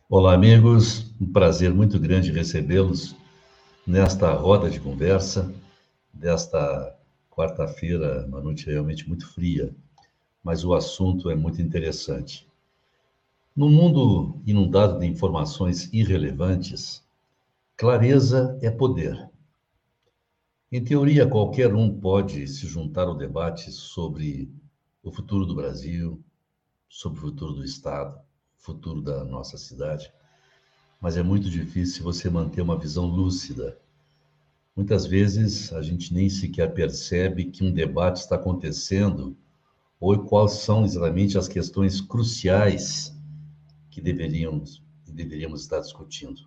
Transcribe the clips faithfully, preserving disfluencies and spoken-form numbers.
Olá, amigos. Um prazer muito grande recebê-los nesta roda de conversa desta quarta-feira, uma noite realmente muito fria, mas o assunto é muito interessante. No mundo inundado de informações irrelevantes, clareza é poder. Em teoria, qualquer um pode se juntar ao debate sobre o futuro do Brasil, sobre o futuro do Estado, o futuro da nossa cidade, mas é muito difícil você manter uma visão lúcida. Muitas vezes a gente nem sequer percebe que um debate está acontecendo ou quais são exatamente as questões cruciais que deveríamos, deveríamos estar discutindo.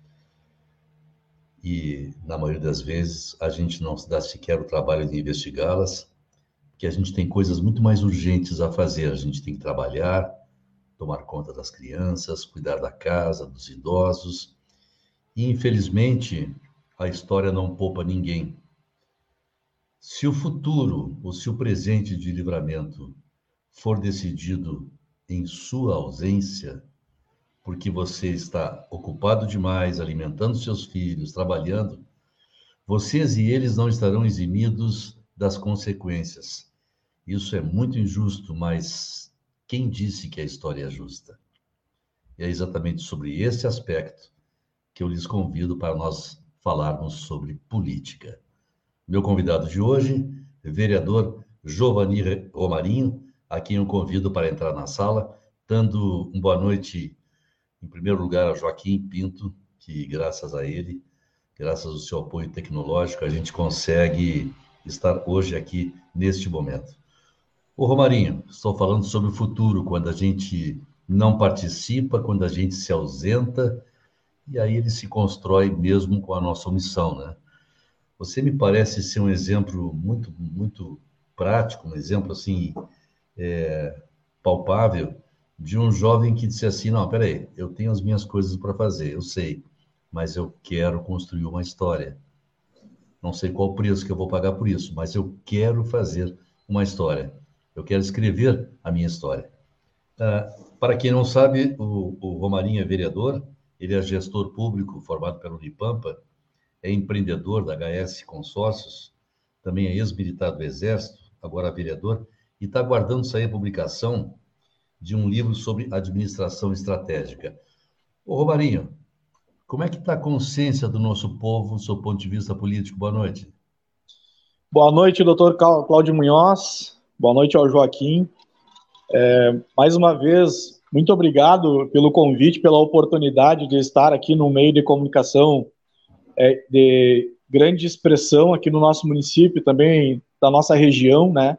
E, na maioria das vezes, a gente não se dá sequer o trabalho de investigá-las, porque a gente tem coisas muito mais urgentes a fazer. A gente tem que trabalhar, tomar conta das crianças, cuidar da casa, dos idosos. E, infelizmente, a história não poupa ninguém. Se o futuro ou se o presente de Livramento for decidido em sua ausência, porque você está ocupado demais, alimentando seus filhos, trabalhando, vocês e eles não estarão eximidos das consequências. Isso é muito injusto, mas quem disse que a história é justa? E é exatamente sobre esse aspecto que eu lhes convido para nós falarmos sobre política. Meu convidado de hoje, vereador Giovanni Romarinho, a quem eu convido para entrar na sala, dando uma boa noite, em primeiro lugar, a Joaquim Pinto, que graças a ele, graças ao seu apoio tecnológico, a gente consegue estar hoje aqui neste momento. Ô Romarinho, estou falando sobre o futuro, quando a gente não participa, quando a gente se ausenta, e aí ele se constrói mesmo com a nossa omissão, né? Você me parece ser um exemplo muito, muito prático, um exemplo assim, é, palpável, de um jovem que disse assim: não, peraí, eu tenho as minhas coisas para fazer, eu sei, mas eu quero construir uma história. Não sei qual o preço que eu vou pagar por isso, mas eu quero fazer uma história. Eu quero escrever a minha história. Ah, para quem não sabe, o, o Romarinho é vereador, ele é gestor público formado pela Unipampa, é empreendedor da H S Consórcios, também é ex-militar do Exército, agora vereador, e está aguardando sair a publicação de um livro sobre administração estratégica. Ô, Romarinho, como é que está a consciência do nosso povo, do seu ponto de vista político? Boa noite. Boa noite, doutor Cláudio Munhoz. Boa noite ao Joaquim. É, mais uma vez, muito obrigado pelo convite, pela oportunidade de estar aqui no meio de comunicação é, de grande expressão aqui no nosso município, também da nossa região, né?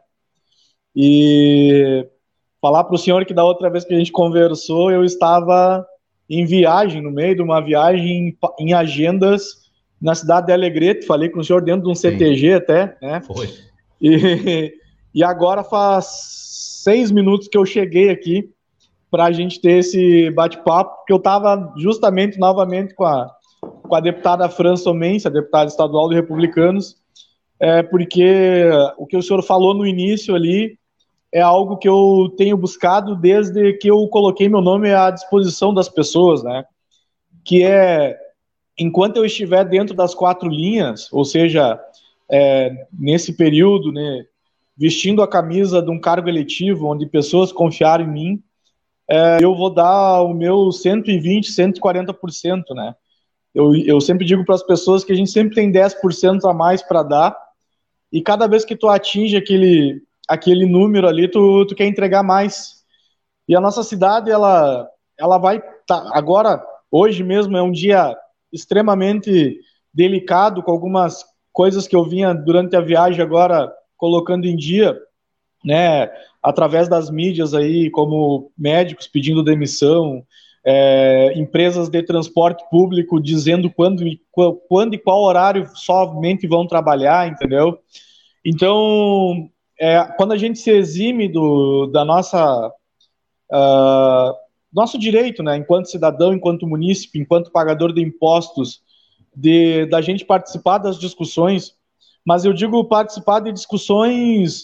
E falar para o senhor que da outra vez que a gente conversou, eu estava em viagem, no meio de uma viagem em agendas na cidade de Alegrete, falei com o senhor dentro de um Sim, C T G até, né? foi. E, e agora faz seis minutos que eu cheguei aqui para a gente ter esse bate-papo, porque eu estava justamente novamente com a, com a deputada Fran Somense, a deputada estadual dos Republicanos, é, porque o que o senhor falou no início ali é algo que eu tenho buscado desde que eu coloquei meu nome à disposição das pessoas, né? Que é, enquanto eu estiver dentro das quatro linhas, ou seja, é, nesse período, né, vestindo a camisa de um cargo eletivo, onde pessoas confiaram em mim, é, eu vou dar o meu cento e vinte, cento e quarenta por cento, né? Eu, eu sempre digo para as pessoas que a gente sempre tem dez por cento a mais para dar, e cada vez que tu atinge aquele, aquele número ali, tu, tu quer entregar mais. E a nossa cidade, ela, ela vai tá, agora, hoje mesmo é um dia extremamente delicado, com algumas coisas que eu vinha durante a viagem agora colocando em dia, né, através das mídias aí, como médicos pedindo demissão, é, empresas de transporte público dizendo quando, quando e qual horário somente vão trabalhar, entendeu? Então, é, quando a gente se exime do, da nossa uh, nosso direito, né, enquanto cidadão, enquanto munícipe, enquanto pagador de impostos, de da gente participar das discussões, mas eu digo participar de discussões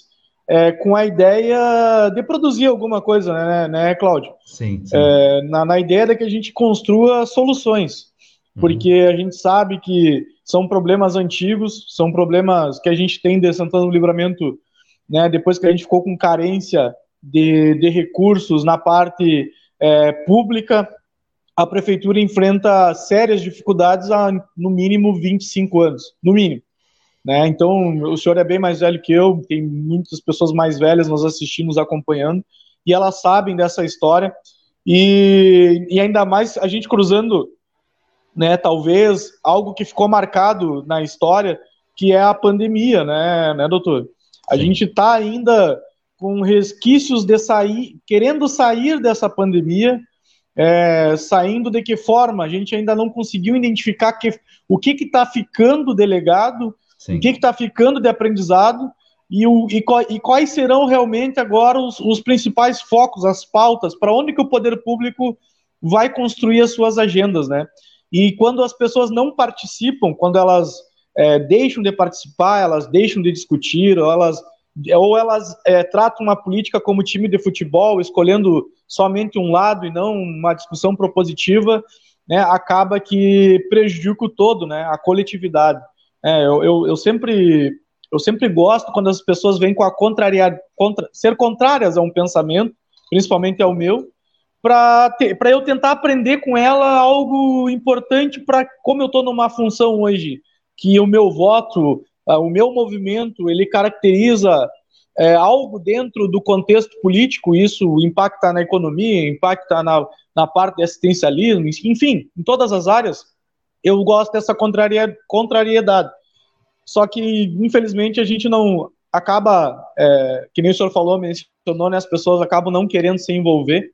é, com a ideia de produzir alguma coisa, né, né Cláudio? Sim, sim. É, na, na ideia de que a gente construa soluções, porque uhum. a gente sabe que são problemas antigos, são problemas que a gente tem de Santana do Livramento, né, depois que a gente ficou com carência de, de recursos na parte é, pública, a prefeitura enfrenta sérias dificuldades há, no mínimo, vinte e cinco anos, no mínimo. Né? Então, o senhor é bem mais velho que eu, tem muitas pessoas mais velhas nos assistindo, nos acompanhando, e elas sabem dessa história, e, e ainda mais a gente cruzando, né, talvez, algo que ficou marcado na história, que é a pandemia, né, né doutor? A Sim. gente está ainda com resquícios de sair, querendo sair dessa pandemia, é, saindo de que forma? A gente ainda não conseguiu identificar que, o que está ficando de legado, Sim. o que está ficando de aprendizado e, o, e, e quais serão realmente agora os, os principais focos, as pautas, para onde que o poder público vai construir as suas agendas, né? E quando as pessoas não participam, quando elas é, deixam de participar, elas deixam de discutir, ou elas, ou elas é, tratam uma política como time de futebol, escolhendo somente um lado e não uma discussão propositiva, né, acaba que prejudica o todo, né, a coletividade. É, eu, eu, eu, sempre, eu sempre gosto quando as pessoas vêm com a contrariedade, contra, ser contrárias a um pensamento, principalmente ao meu, para eu tentar aprender com ela algo importante para como eu estou numa função hoje, que o meu voto, o meu movimento, ele caracteriza é, algo dentro do contexto político, isso impacta na economia, impacta na, na parte de assistencialismo, enfim, em todas as áreas, eu gosto dessa contrariedade. Só que, infelizmente, a gente não acaba, é, que nem o senhor falou, mencionou, né, as pessoas acabam não querendo se envolver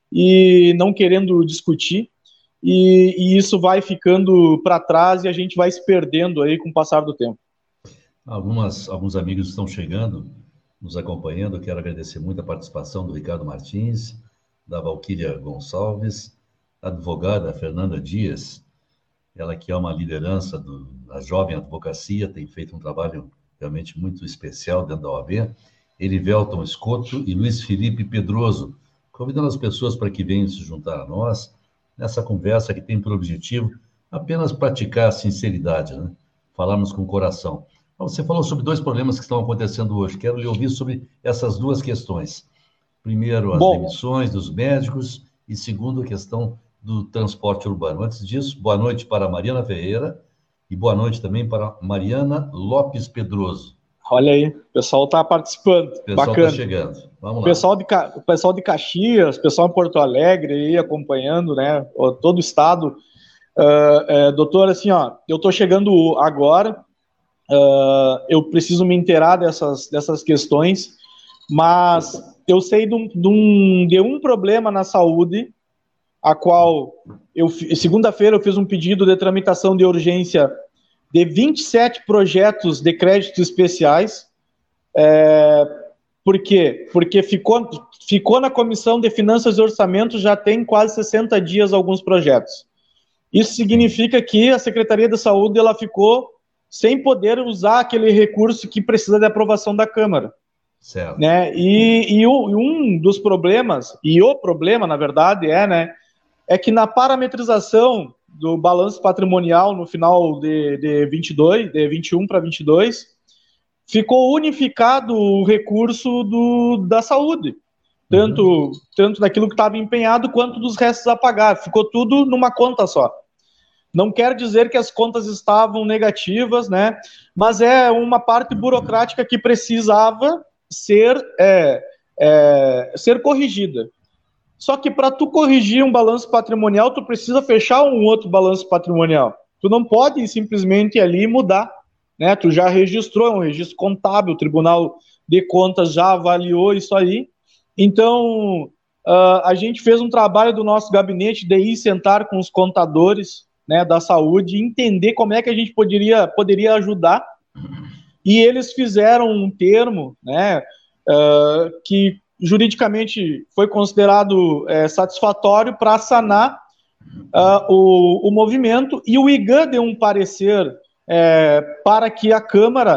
e não querendo discutir, e, e isso vai ficando para trás e a gente vai se perdendo aí com o passar do tempo. Algumas, alguns amigos estão chegando, nos acompanhando. Eu quero agradecer muito a participação do Ricardo Martins, da Valquíria Gonçalves, a advogada Fernanda Dias, ela que é uma liderança do, da jovem advocacia, tem feito um trabalho realmente muito especial dentro da O A B, Erivelton Escoto e Luiz Felipe Pedroso, convidando as pessoas para que venham se juntar a nós nessa conversa que tem por objetivo apenas praticar a sinceridade, né? Falarmos com o coração. Você falou sobre dois problemas que estão acontecendo hoje. Quero lhe ouvir sobre essas duas questões. Primeiro, as Bom, demissões dos médicos e segundo, a questão do transporte urbano. Antes disso, boa noite para a Mariana Ferreira e boa noite também para Mariana Lopes Pedroso. Olha aí, o pessoal está participando. O pessoal está chegando. Vamos lá. O pessoal, de, o pessoal de Caxias, o pessoal em Porto Alegre aí acompanhando, né? Todo o estado. Uh, uh, doutor, assim, ó, eu estou chegando agora. Uh, eu preciso me inteirar dessas, dessas questões, mas eu sei de um, de, um, de um problema na saúde, a qual, eu segunda-feira eu fiz um pedido de tramitação de urgência de vinte e sete projetos de créditos especiais. É, por quê? Porque ficou, ficou na Comissão de Finanças e Orçamento já tem quase sessenta dias alguns projetos. Isso significa que a Secretaria da Saúde ela ficou sem poder usar aquele recurso que precisa de aprovação da Câmara. Certo. Né? E, e o, um dos problemas, e o problema, na verdade, é, né, é que na parametrização do balanço patrimonial no final de, de vinte e dois, de vinte e um para vinte e dois, ficou unificado o recurso do, da saúde, tanto, uhum. tanto daquilo que estava empenhado quanto dos restos a pagar. Ficou tudo numa conta só. Não quer dizer que as contas estavam negativas, né? Mas é uma parte burocrática que precisava ser, é, é, ser corrigida. Só que para tu corrigir um balanço patrimonial, tu precisa fechar um outro balanço patrimonial. Tu não pode simplesmente ir ali mudar, né? Tu já registrou, é um registro contábil, o Tribunal de Contas já avaliou isso aí. Então, uh, a gente fez um trabalho do nosso gabinete de ir sentar com os contadores, né, da saúde, entender como é que a gente poderia, poderia ajudar, e eles fizeram um termo, né, uh, que juridicamente foi considerado é, satisfatório para sanar uh, o, o movimento, e o I G A deu um parecer é, para que a Câmara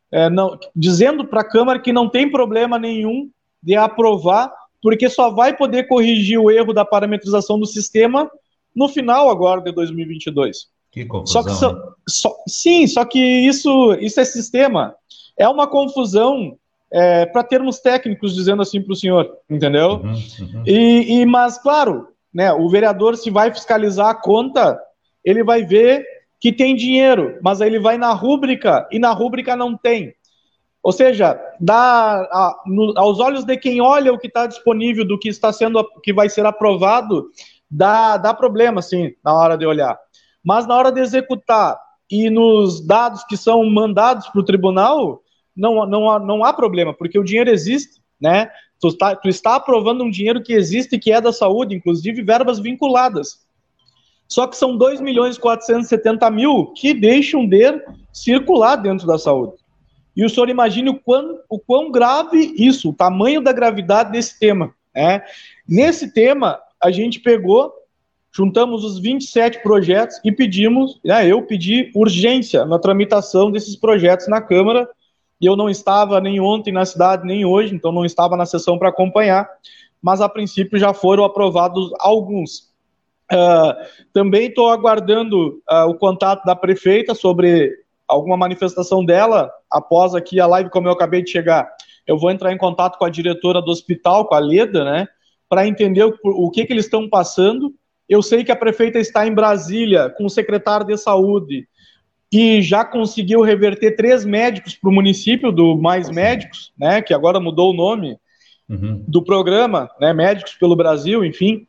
é, não, dizendo para a Câmara que não tem problema nenhum de aprovar, porque só vai poder corrigir o erro da parametrização do sistema no final agora de dois mil e vinte e dois. Que confusão, só que só, só, sim, só que isso, isso é sistema. É uma confusão é, para termos técnicos, dizendo assim para o senhor, entendeu? Uhum, uhum. E, e, mas, claro, né, o vereador, se vai fiscalizar a conta, ele vai ver que tem dinheiro, mas aí ele vai na rúbrica e na rúbrica não tem. Ou seja, dá, a, no, aos olhos de quem olha o que está disponível, do que está sendo, que vai ser aprovado, dá, dá problema, sim, na hora de olhar. Mas na hora de executar e nos dados que são mandados para o tribunal, não, não, não há problema, porque o dinheiro existe, né? Tu está, tu está aprovando um dinheiro que existe e que é da saúde, inclusive verbas vinculadas. Só que são dois milhões quatrocentos e setenta mil que deixam de circular dentro da saúde. E o senhor imagine o quão, o quão grave isso, o tamanho da gravidade desse tema. Né? Nesse tema, a gente pegou, juntamos os vinte e sete projetos e pedimos, né, eu pedi urgência na tramitação desses projetos na Câmara, e eu não estava nem ontem na cidade, nem hoje, então não estava na sessão para acompanhar, mas a princípio já foram aprovados alguns. Uh, também estou aguardando uh, o contato da prefeita sobre alguma manifestação dela, após aqui a live, como eu acabei de chegar, eu vou entrar em contato com a diretora do hospital, com a Leda, né, para entender o, o que, que eles estão passando. Eu sei que a prefeita está em Brasília com o secretário de saúde e já conseguiu reverter três médicos para o município do Mais Médicos, né, que agora mudou o nome uhum. do programa, né, Médicos pelo Brasil, enfim.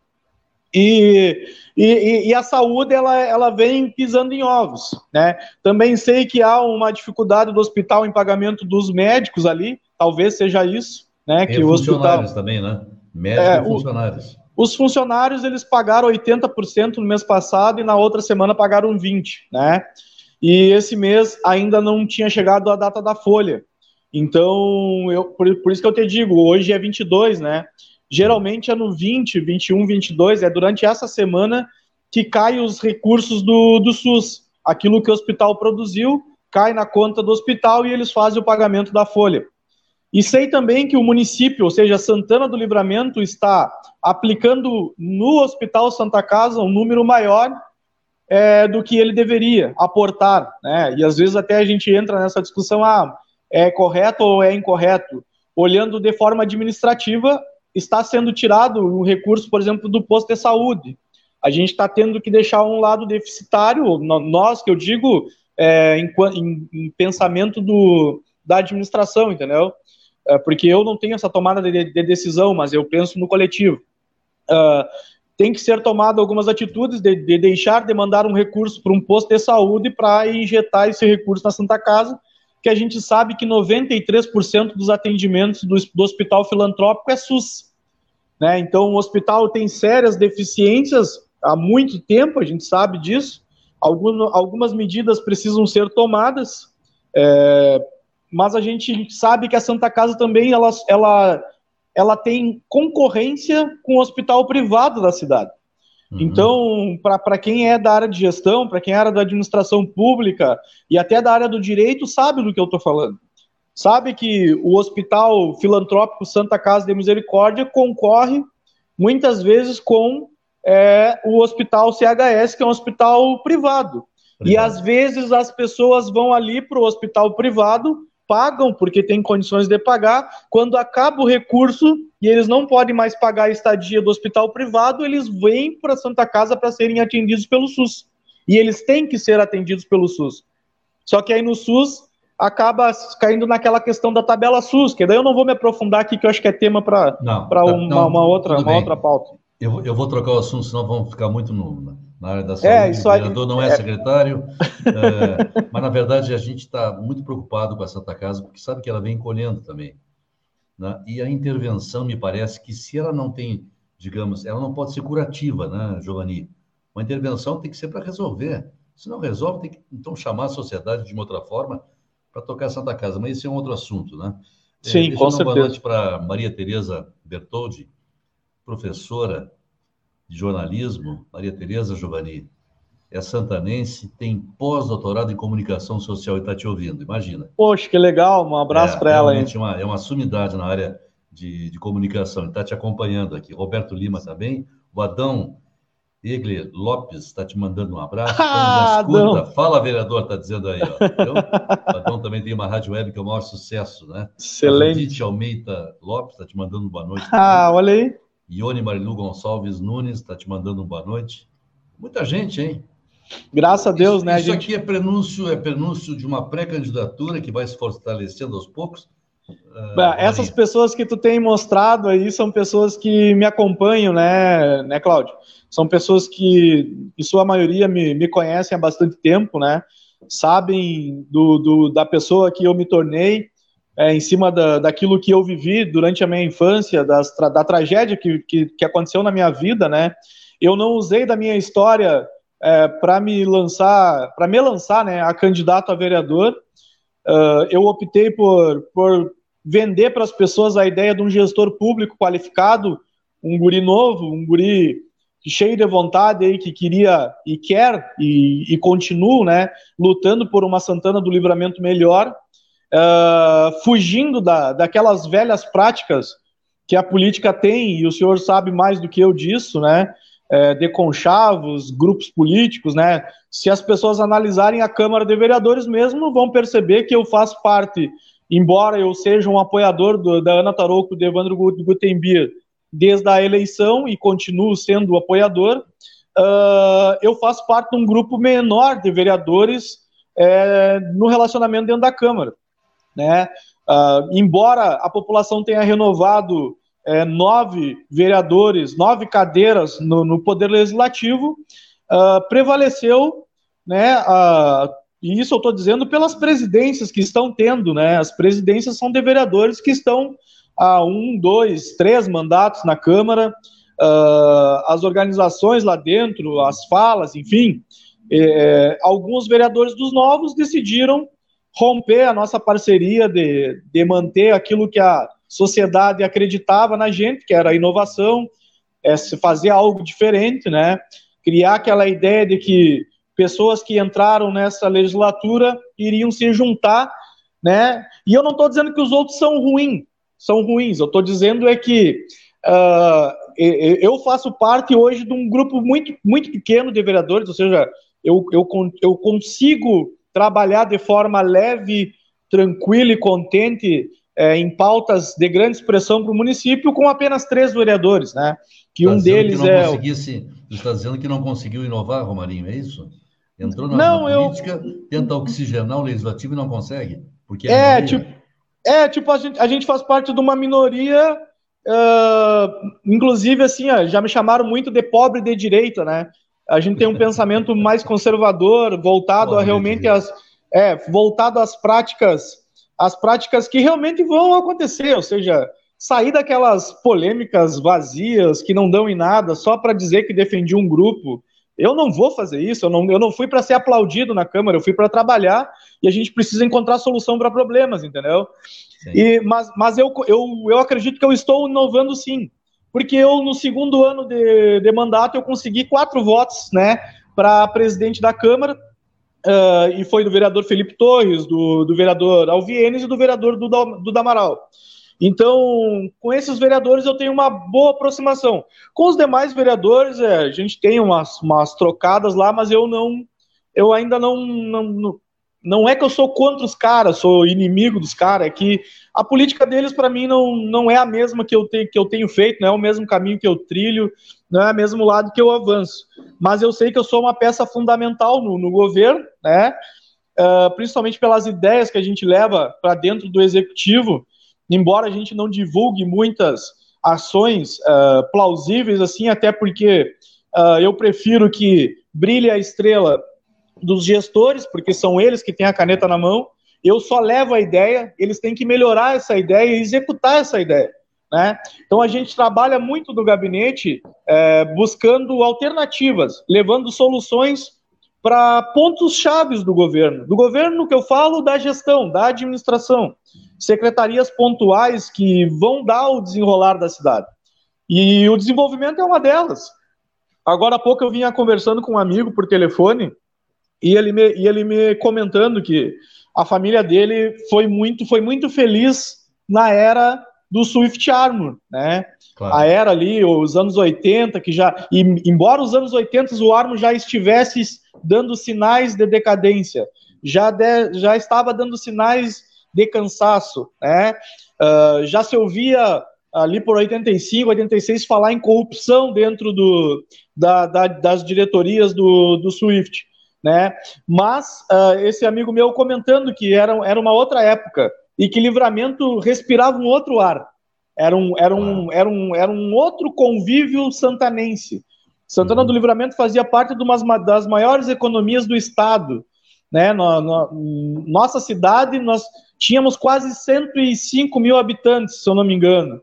E, e, e a saúde, ela, ela vem pisando em ovos, né? Também sei que há uma dificuldade do hospital em pagamento dos médicos ali, talvez seja isso, né? Que e o funcionários hospital, também, né? Médicos é, e funcionários. O, os funcionários, eles pagaram oitenta por cento no mês passado e na outra semana pagaram vinte por cento, né? E esse mês ainda não tinha chegado a data da folha. Então, eu, por, por isso que eu te digo, hoje é vinte e dois, né? Geralmente é no vinte, vinte e um, vinte e dois, é durante essa semana que caem os recursos do, do SUS. Aquilo que o hospital produziu cai na conta do hospital e eles fazem o pagamento da folha. E sei também que o município, ou seja, Santana do Livramento, está aplicando no Hospital Santa Casa um número maior é, do que ele deveria aportar, né? E às vezes até a gente entra nessa discussão, ah, é correto ou é incorreto? Olhando de forma administrativa, está sendo tirado um recurso, por exemplo, do posto de saúde. A gente está tendo que deixar um lado deficitário, nós, que eu digo, é, em, em, em pensamento do, da administração, entendeu? É, porque eu não tenho essa tomada de, de decisão, mas eu penso no coletivo. Uh, tem que ser tomado algumas atitudes de, de deixar de mandar um recurso para um posto de saúde para injetar esse recurso na Santa Casa, que a gente sabe que noventa e três por cento dos atendimentos do, do hospital filantrópico é SUS. Né? Então, o hospital tem sérias deficiências há muito tempo, a gente sabe disso. Algum, algumas medidas precisam ser tomadas, é, mas a gente sabe que a Santa Casa também ela, ela, ela tem concorrência com o hospital privado da cidade. Uhum. Então, para quem é da área de gestão, para quem era da administração pública e até da área do direito, sabe do que eu estou falando. Sabe que o Hospital Filantrópico Santa Casa de Misericórdia concorre muitas vezes com é, o Hospital C H S, que é um hospital privado. privado. E às vezes as pessoas vão ali para o hospital privado, pagam porque tem condições de pagar, quando acaba o recurso e eles não podem mais pagar a estadia do hospital privado, eles vêm para a Santa Casa para serem atendidos pelo SUS. E eles têm que ser atendidos pelo SUS. Só que aí no SUS acaba caindo naquela questão da tabela SUS, que daí eu não vou me aprofundar aqui, que eu acho que é tema para tá, uma, uma, outra, uma outra pauta. Eu, eu vou trocar o assunto, senão vamos ficar muito no, na área da saúde. É, isso aí, o vereador não é, é secretário, é, mas na verdade a gente está muito preocupado com a Santa Casa, porque sabe que ela vem colhendo também. Né? E a intervenção, me parece que se ela não tem, digamos, ela não pode ser curativa, né, Giovanni? Uma intervenção tem que ser para resolver. Se não resolve, tem que então chamar a sociedade de uma outra forma para tocar a Santa Casa. Mas esse é um outro assunto, né? Sim, é, com certeza. Boa noite para Maria Tereza Bertoldi, professora de jornalismo. Maria Tereza, Giovanni. é santanense, tem pós-doutorado em comunicação social e está te ouvindo, imagina. Poxa, que legal, um abraço é, para ela aí. Uma, é uma sumidade na área de, de comunicação, está te acompanhado aqui. Roberto Lima também, o Adão Egler Lopes está te mandando um abraço. Estamos na escuta. Adão. Fala, vereador, está dizendo aí. Ó. O Adão também tem uma rádio web que é o maior sucesso, né? Excelente. Judite Almeida Lopes está te mandando boa noite. Ah, também. Olha aí. Ione Marilu Gonçalves Nunes está te mandando um boa noite. Muita gente, hein? Graças a Deus, isso, né? Isso a gente... aqui é prenúncio, é prenúncio de uma pré-candidatura que vai se fortalecendo aos poucos. Uh, Essas Maria. Pessoas que tu tem mostrado aí são pessoas que me acompanham, né, né, Cláudio? São pessoas que, em sua maioria, me, me conhecem há bastante tempo, né? Sabem do, do, da pessoa que eu me tornei, é, em cima da, daquilo que eu vivi durante a minha infância, das, da tragédia que, que, que aconteceu na minha vida, né? Eu não usei da minha história é, para me lançar, para me lançar, né, a candidato a vereador. Uh, eu optei por, por vender para as pessoas a ideia de um gestor público qualificado, um guri novo, um guri cheio de vontade aí, que queria e quer e, e continua, né, lutando por uma Santana do Livramento melhor, uh, fugindo da, daquelas velhas práticas que a política tem, e o senhor sabe mais do que eu disso, né, é, de conchavos, grupos políticos, né. Se as pessoas analisarem a Câmara de Vereadores mesmo, vão perceber que eu faço parte, embora eu seja um apoiador do, da Ana Tarouco, do Evandro Gutenbier, desde a eleição e continuo sendo apoiador, uh, eu faço parte de um grupo menor de vereadores é, no relacionamento dentro da Câmara, né? Uh, embora a população tenha renovado é, nove vereadores, nove cadeiras no, no Poder Legislativo, uh, prevaleceu, né, uh, e isso eu estou dizendo pelas presidências que estão tendo, né? As presidências são de vereadores que estão há um, dois, três mandatos na Câmara, uh, as organizações lá dentro, as falas, enfim, é, alguns vereadores dos novos decidiram romper a nossa parceria de, de manter aquilo que a sociedade acreditava na gente, que era a inovação, é, se fazer algo diferente, né? Criar aquela ideia de que pessoas que entraram nessa legislatura iriam se juntar, né? E eu não estou dizendo que os outros são ruins, são ruins. Eu estou dizendo é que uh, eu faço parte hoje de um grupo muito, muito pequeno de vereadores, ou seja, eu, eu, eu consigo trabalhar de forma leve, tranquila e contente é, em pautas de grande expressão para o município com apenas três vereadores, né? Que um deles que é... Conseguisse, você está dizendo que não conseguiu inovar, Romarinho, é isso? Entrou na, não, na política, eu... tenta oxigenar o legislativo e não consegue, porque é, é tipo, é, tipo a, gente, a gente faz parte de uma minoria, uh, inclusive, assim, ó, já me chamaram muito de pobre de direita, né? A gente tem um pensamento mais conservador, voltado pobre a realmente as, é, voltado às práticas, às práticas que realmente vão acontecer, ou seja, sair daquelas polêmicas vazias que não dão em nada só para dizer que defendi um grupo. Eu não vou fazer isso, eu não, eu não fui para ser aplaudido na Câmara, eu fui para trabalhar e a gente precisa encontrar solução para problemas, entendeu? E, mas mas eu, eu, eu acredito que eu estou inovando sim, porque eu no segundo ano de, de mandato eu consegui quatro votos, né, para presidente da Câmara, uh, e foi do vereador Felipe Torres, do, do vereador Alvienes e do vereador do, do Damaral. Então, com esses vereadores eu tenho uma boa aproximação. Com os demais vereadores, é, a gente tem umas, umas trocadas lá, mas eu não, eu ainda não, não, não é que eu sou contra os caras, sou inimigo dos caras, é que a política deles para mim não, não é a mesma que eu, te, que eu tenho feito, não é o mesmo caminho que eu trilho, não é o mesmo lado que eu avanço. Mas eu sei que eu sou uma peça fundamental no, no governo, né? Uh, principalmente pelas ideias que a gente leva para dentro do executivo. Embora a gente não divulgue muitas ações uh, plausíveis, assim, até porque uh, eu prefiro que brilhe a estrela dos gestores, porque são eles que têm a caneta na mão, eu só levo a ideia, eles têm que melhorar essa ideia e executar essa ideia, né? Então a gente trabalha muito no gabinete uh, buscando alternativas, levando soluções para pontos chaves do governo. Do governo que eu falo, da gestão, da administração. Secretarias pontuais que vão dar o desenrolar da cidade. E o desenvolvimento é uma delas. Agora há pouco eu vinha conversando com um amigo por telefone e ele me, e ele me comentando que a família dele foi muito, foi muito feliz na era do Swift Armor, né? Claro. A era ali, os anos oitenta, que já, e, embora os anos oitenta o Armor já estivesse dando sinais de decadência, já, de, já estava dando sinais de cansaço, né? Uh, já se ouvia ali por oitenta e cinco, oitenta e seis falar em corrupção dentro do, da, da, das diretorias do, do Swift, né? Mas uh, esse amigo meu comentando que era, era uma outra época e que Livramento respirava um outro ar, era um, era um, era um, era um outro convívio santanense. Santana uhum. do Livramento fazia parte de uma das maiores economias do estado, né? No, no, nossa cidade, nós tínhamos quase cento e cinco mil habitantes, se eu não me engano.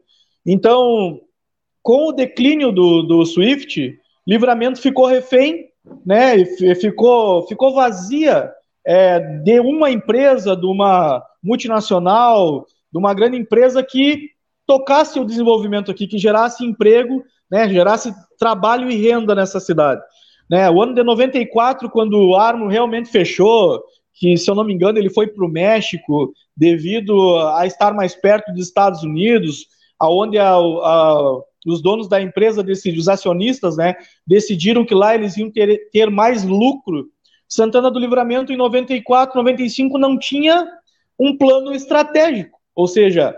Então, com o declínio do, do Swift, Livramento ficou refém, né? E ficou, ficou vazia é, de uma empresa, de uma multinacional, de uma grande empresa que tocasse o desenvolvimento aqui, que gerasse emprego, né? Gerasse trabalho e renda nessa cidade. Né? O ano de noventa e quatro, quando o Armor realmente fechou, que, se eu não me engano, ele foi para o México devido a estar mais perto dos Estados Unidos, aonde a, a, os donos da empresa, decidiram, os acionistas, né, decidiram que lá eles iam ter, ter mais lucro. Santana do Livramento, em noventa e quatro, noventa e cinco, não tinha um plano estratégico, ou seja,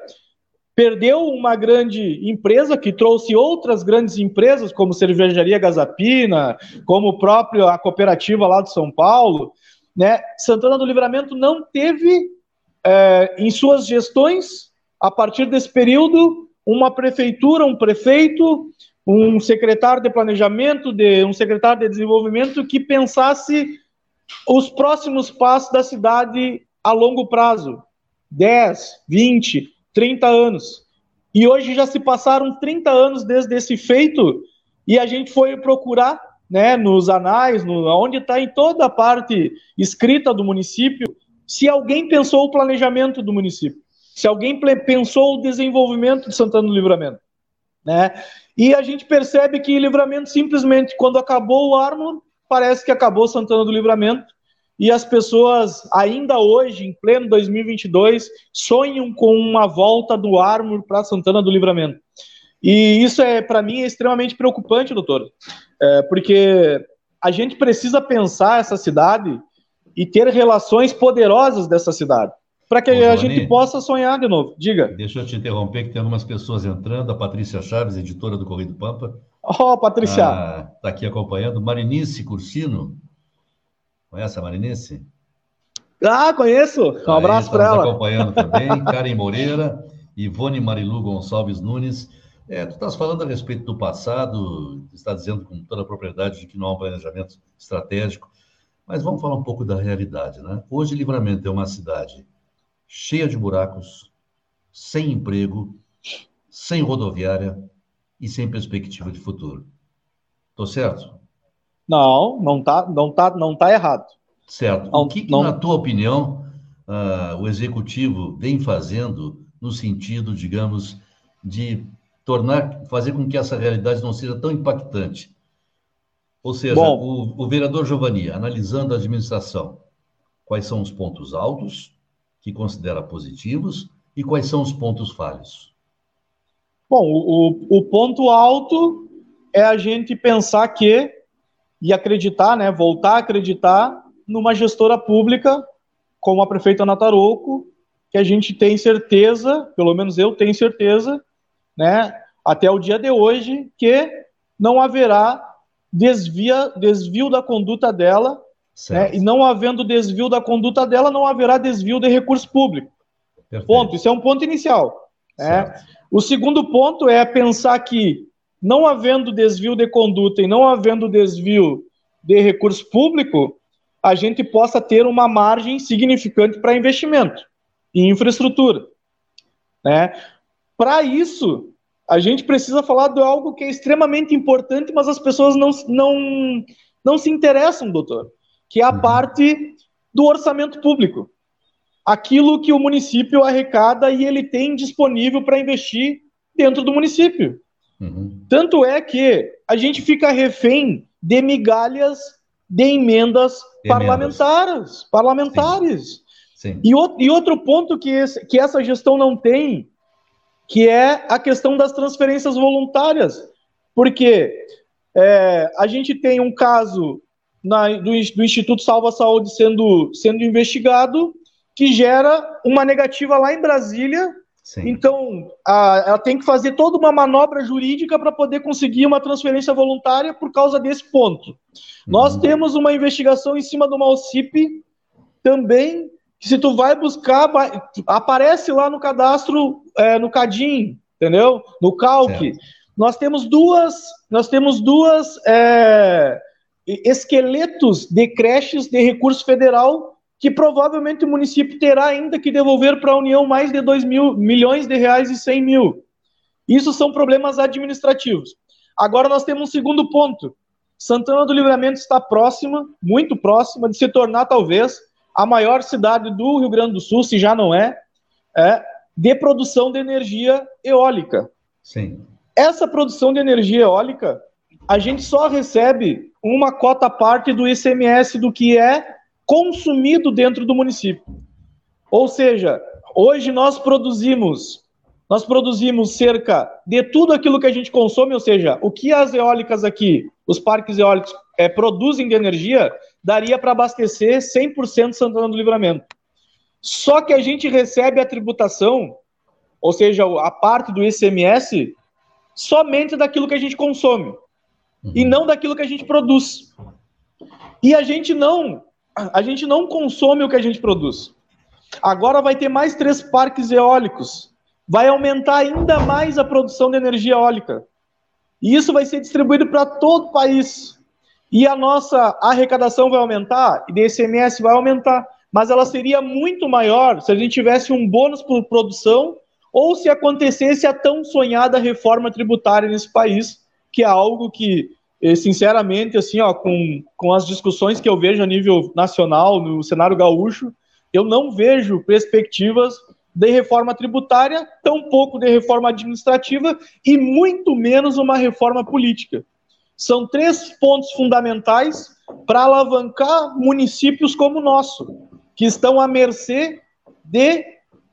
perdeu uma grande empresa que trouxe outras grandes empresas, como Cervejaria Gazapina, como o próprio a cooperativa lá de São Paulo, né? Santana do Livramento não teve, é, em suas gestões, a partir desse período, uma prefeitura, um prefeito, um secretário de planejamento, de, um secretário de desenvolvimento que pensasse os próximos passos da cidade a longo prazo, dez, vinte, trinta anos. E hoje já se passaram trinta anos desde esse feito e a gente foi procurar, né, nos anais, no, onde está em toda a parte escrita do município, se alguém pensou o planejamento do município, se alguém pensou o desenvolvimento de Santana do Livramento, né? E a gente percebe que Livramento simplesmente, quando acabou o Armor, parece que acabou Santana do Livramento, e as pessoas ainda hoje, em pleno dois mil e vinte e dois, sonham com uma volta do Armor para Santana do Livramento. E isso, é, para mim, é extremamente preocupante, doutor, é, porque a gente precisa pensar essa cidade e ter relações poderosas dessa cidade, para que Ô, a Giovani, gente possa sonhar de novo. Diga. Deixa eu te interromper, que tem algumas pessoas entrando. A Patrícia Chaves, editora do Correio do Pampa. Ó, oh, Patrícia. Está aqui acompanhando. Marinice Cursino. Conhece a Marinice? Ah, conheço. Um abraço para ela. Acompanhando também. Karen Moreira, Ivone Marilu Gonçalves Nunes. É, tu estás falando a respeito do passado, está dizendo com toda a propriedade de que não há um planejamento estratégico, mas vamos falar um pouco da realidade, né? Hoje, Livramento é uma cidade cheia de buracos, sem emprego, sem rodoviária e sem perspectiva de futuro. Tô certo? Não, não tá, não tá, não tá errado. Certo. Não, o que, que não... na tua opinião, uh, o executivo vem fazendo no sentido, digamos, de tornar, fazer com que essa realidade não seja tão impactante? Ou seja, Bom, o, o vereador Giovani, analisando a administração, quais são os pontos altos que considera positivos e quais são os pontos falhos? Bom, o, o ponto alto é a gente pensar que, e acreditar, né, voltar a acreditar numa gestora pública como a prefeita Ana Tarouco, que a gente tem certeza, pelo menos eu tenho certeza, né, até o dia de hoje, que não haverá desvia, desvio da conduta dela, né, e não havendo desvio da conduta dela, não haverá desvio de recurso público. Perfeito. Ponto. Isso é um ponto inicial. Né? O segundo ponto é pensar que, não havendo desvio de conduta e não havendo desvio de recurso público, a gente possa ter uma margem significante para investimento em infraestrutura. Né? Para isso, a gente precisa falar de algo que é extremamente importante, mas as pessoas não, não, não se interessam, doutor, que é a parte do orçamento público. Aquilo que o município arrecada e ele tem disponível para investir dentro do município. Uhum. Tanto é que a gente fica refém de migalhas de emendas, emendas. parlamentares. parlamentares. Sim. Sim. E, o, e outro ponto que, esse, que essa gestão não tem, que é a questão das transferências voluntárias. Porque é, a gente tem um caso na, do, do Instituto Salva Saúde sendo, sendo investigado, que gera uma negativa lá em Brasília. Sim. Então, a, ela tem que fazer toda uma manobra jurídica para poder conseguir uma transferência voluntária por causa desse ponto. Uhum. Nós temos uma investigação em cima do Malcip também, que se tu vai buscar, vai, aparece lá no cadastro, é, no Cadim, entendeu? No Calque. Certo. Nós temos duas, nós temos duas é, esqueletos de creches de recurso federal que provavelmente o município terá ainda que devolver para a União mais de dois mil milhões de reais e cem mil. Isso são problemas administrativos. Agora nós temos um segundo ponto. Santana do Livramento está próxima, muito próxima, de se tornar talvez a maior cidade do Rio Grande do Sul, se já não é, é de produção de energia eólica. Sim. Essa produção de energia eólica, a gente só recebe uma cota à parte do I C M S do que é consumido dentro do município. Ou seja, hoje nós produzimos, nós produzimos cerca de tudo aquilo que a gente consome, ou seja, o que as eólicas aqui, os parques eólicos é, produzem de energia, daria para abastecer cem por cento Santana do Livramento. Só que a gente recebe a tributação, ou seja, a parte do I C M S, somente daquilo que a gente consome, uhum. e não daquilo que a gente produz. E a gente não... A gente não consome o que a gente produz. Agora vai ter mais três parques eólicos. Vai aumentar ainda mais a produção de energia eólica. E isso vai ser distribuído para todo o país. E a nossa arrecadação vai aumentar, e de I C M S vai aumentar. Mas ela seria muito maior se a gente tivesse um bônus por produção ou se acontecesse a tão sonhada reforma tributária nesse país, que é algo que... sinceramente, assim, ó, com, com as discussões que eu vejo a nível nacional, no cenário gaúcho, eu não vejo perspectivas de reforma tributária, tampouco de reforma administrativa e muito menos uma reforma política. São três pontos fundamentais para alavancar municípios como o nosso, que estão à mercê de,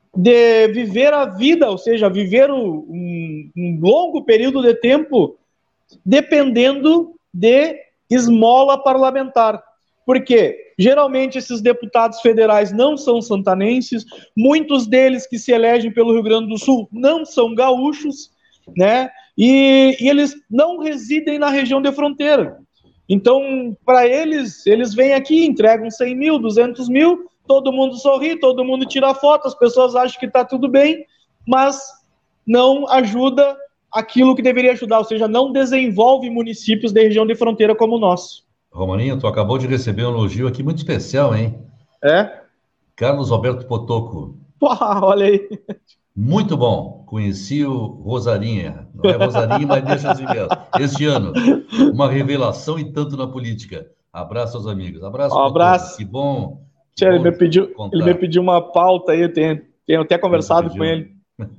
de viver a vida, ou seja, viver um, um longo período de tempo dependendo de esmola parlamentar. Porque, geralmente, esses deputados federais não são santanenses, muitos deles que se elegem pelo Rio Grande do Sul não são gaúchos, né? E, e eles não residem na região de fronteira. Então, para eles, eles vêm aqui, entregam cem mil, duzentos mil, todo mundo sorri, todo mundo tira foto, as pessoas acham que está tudo bem, mas não ajuda aquilo que deveria ajudar, ou seja, não desenvolve municípios da região de fronteira como o nosso. Romaninho, tu acabou de receber um elogio aqui muito especial, hein? É? Carlos Alberto Potoco. Uau, olha aí. Muito bom. Conheci o Rosarinha. Não é Rosarinha, mas deixa assim mesmo. Este ano, uma revelação e tanto na política. Abraço aos amigos. Abraço, um abraço. Que bom. Que Tchê, bom ele, me pediu, ele me pediu uma pauta aí, eu tenho, tenho até conversado com ele.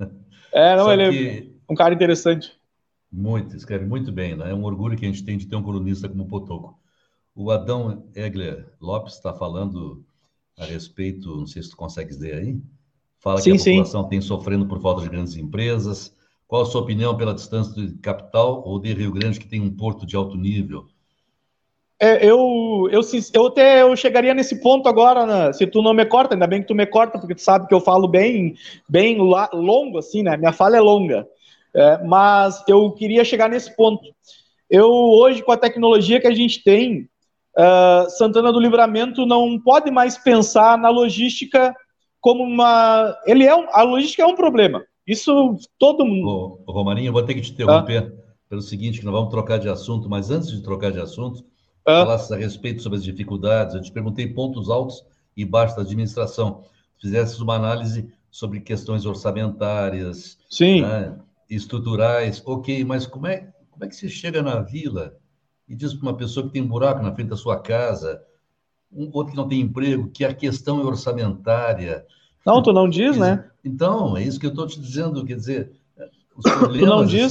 É, não, Sabe ele é... Que... um cara interessante. Muito, escreve muito bem, né? É um orgulho que a gente tem de ter um colunista como o Potoco. O Adão Egler Lopes está falando a respeito, não sei se tu consegues ler aí, fala sim, que a população sim. tem sofrendo por falta de grandes empresas. Qual a sua opinião pela distância de capital ou de Rio Grande, que tem um porto de alto nível? É, eu, eu, eu até eu chegaria nesse ponto agora, né? Se tu não me corta, ainda bem que tu me corta, porque tu sabe que eu falo bem, bem longo, assim, né? Minha fala é longa. É, mas eu queria chegar nesse ponto. Eu, hoje, com a tecnologia que a gente tem, uh, Santana do Livramento não pode mais pensar na logística como uma... Ele é um... A logística é um problema. Isso todo mundo... Ô, Romarinho, eu vou ter que te interromper ah. pelo seguinte, que nós vamos trocar de assunto, mas antes de trocar de assunto, ah. falasse a respeito sobre as dificuldades. Eu te perguntei pontos altos e baixos da administração. Fizesse uma análise sobre questões orçamentárias, Sim. Né, estruturais. Ok, mas como é, como é que você chega na vila e diz para uma pessoa que tem um buraco na frente da sua casa, um outro que não tem emprego, que a questão é orçamentária? Não, tu não diz, né? Então, é isso que eu estou te dizendo, quer dizer, os problemas, tu não diz? assim,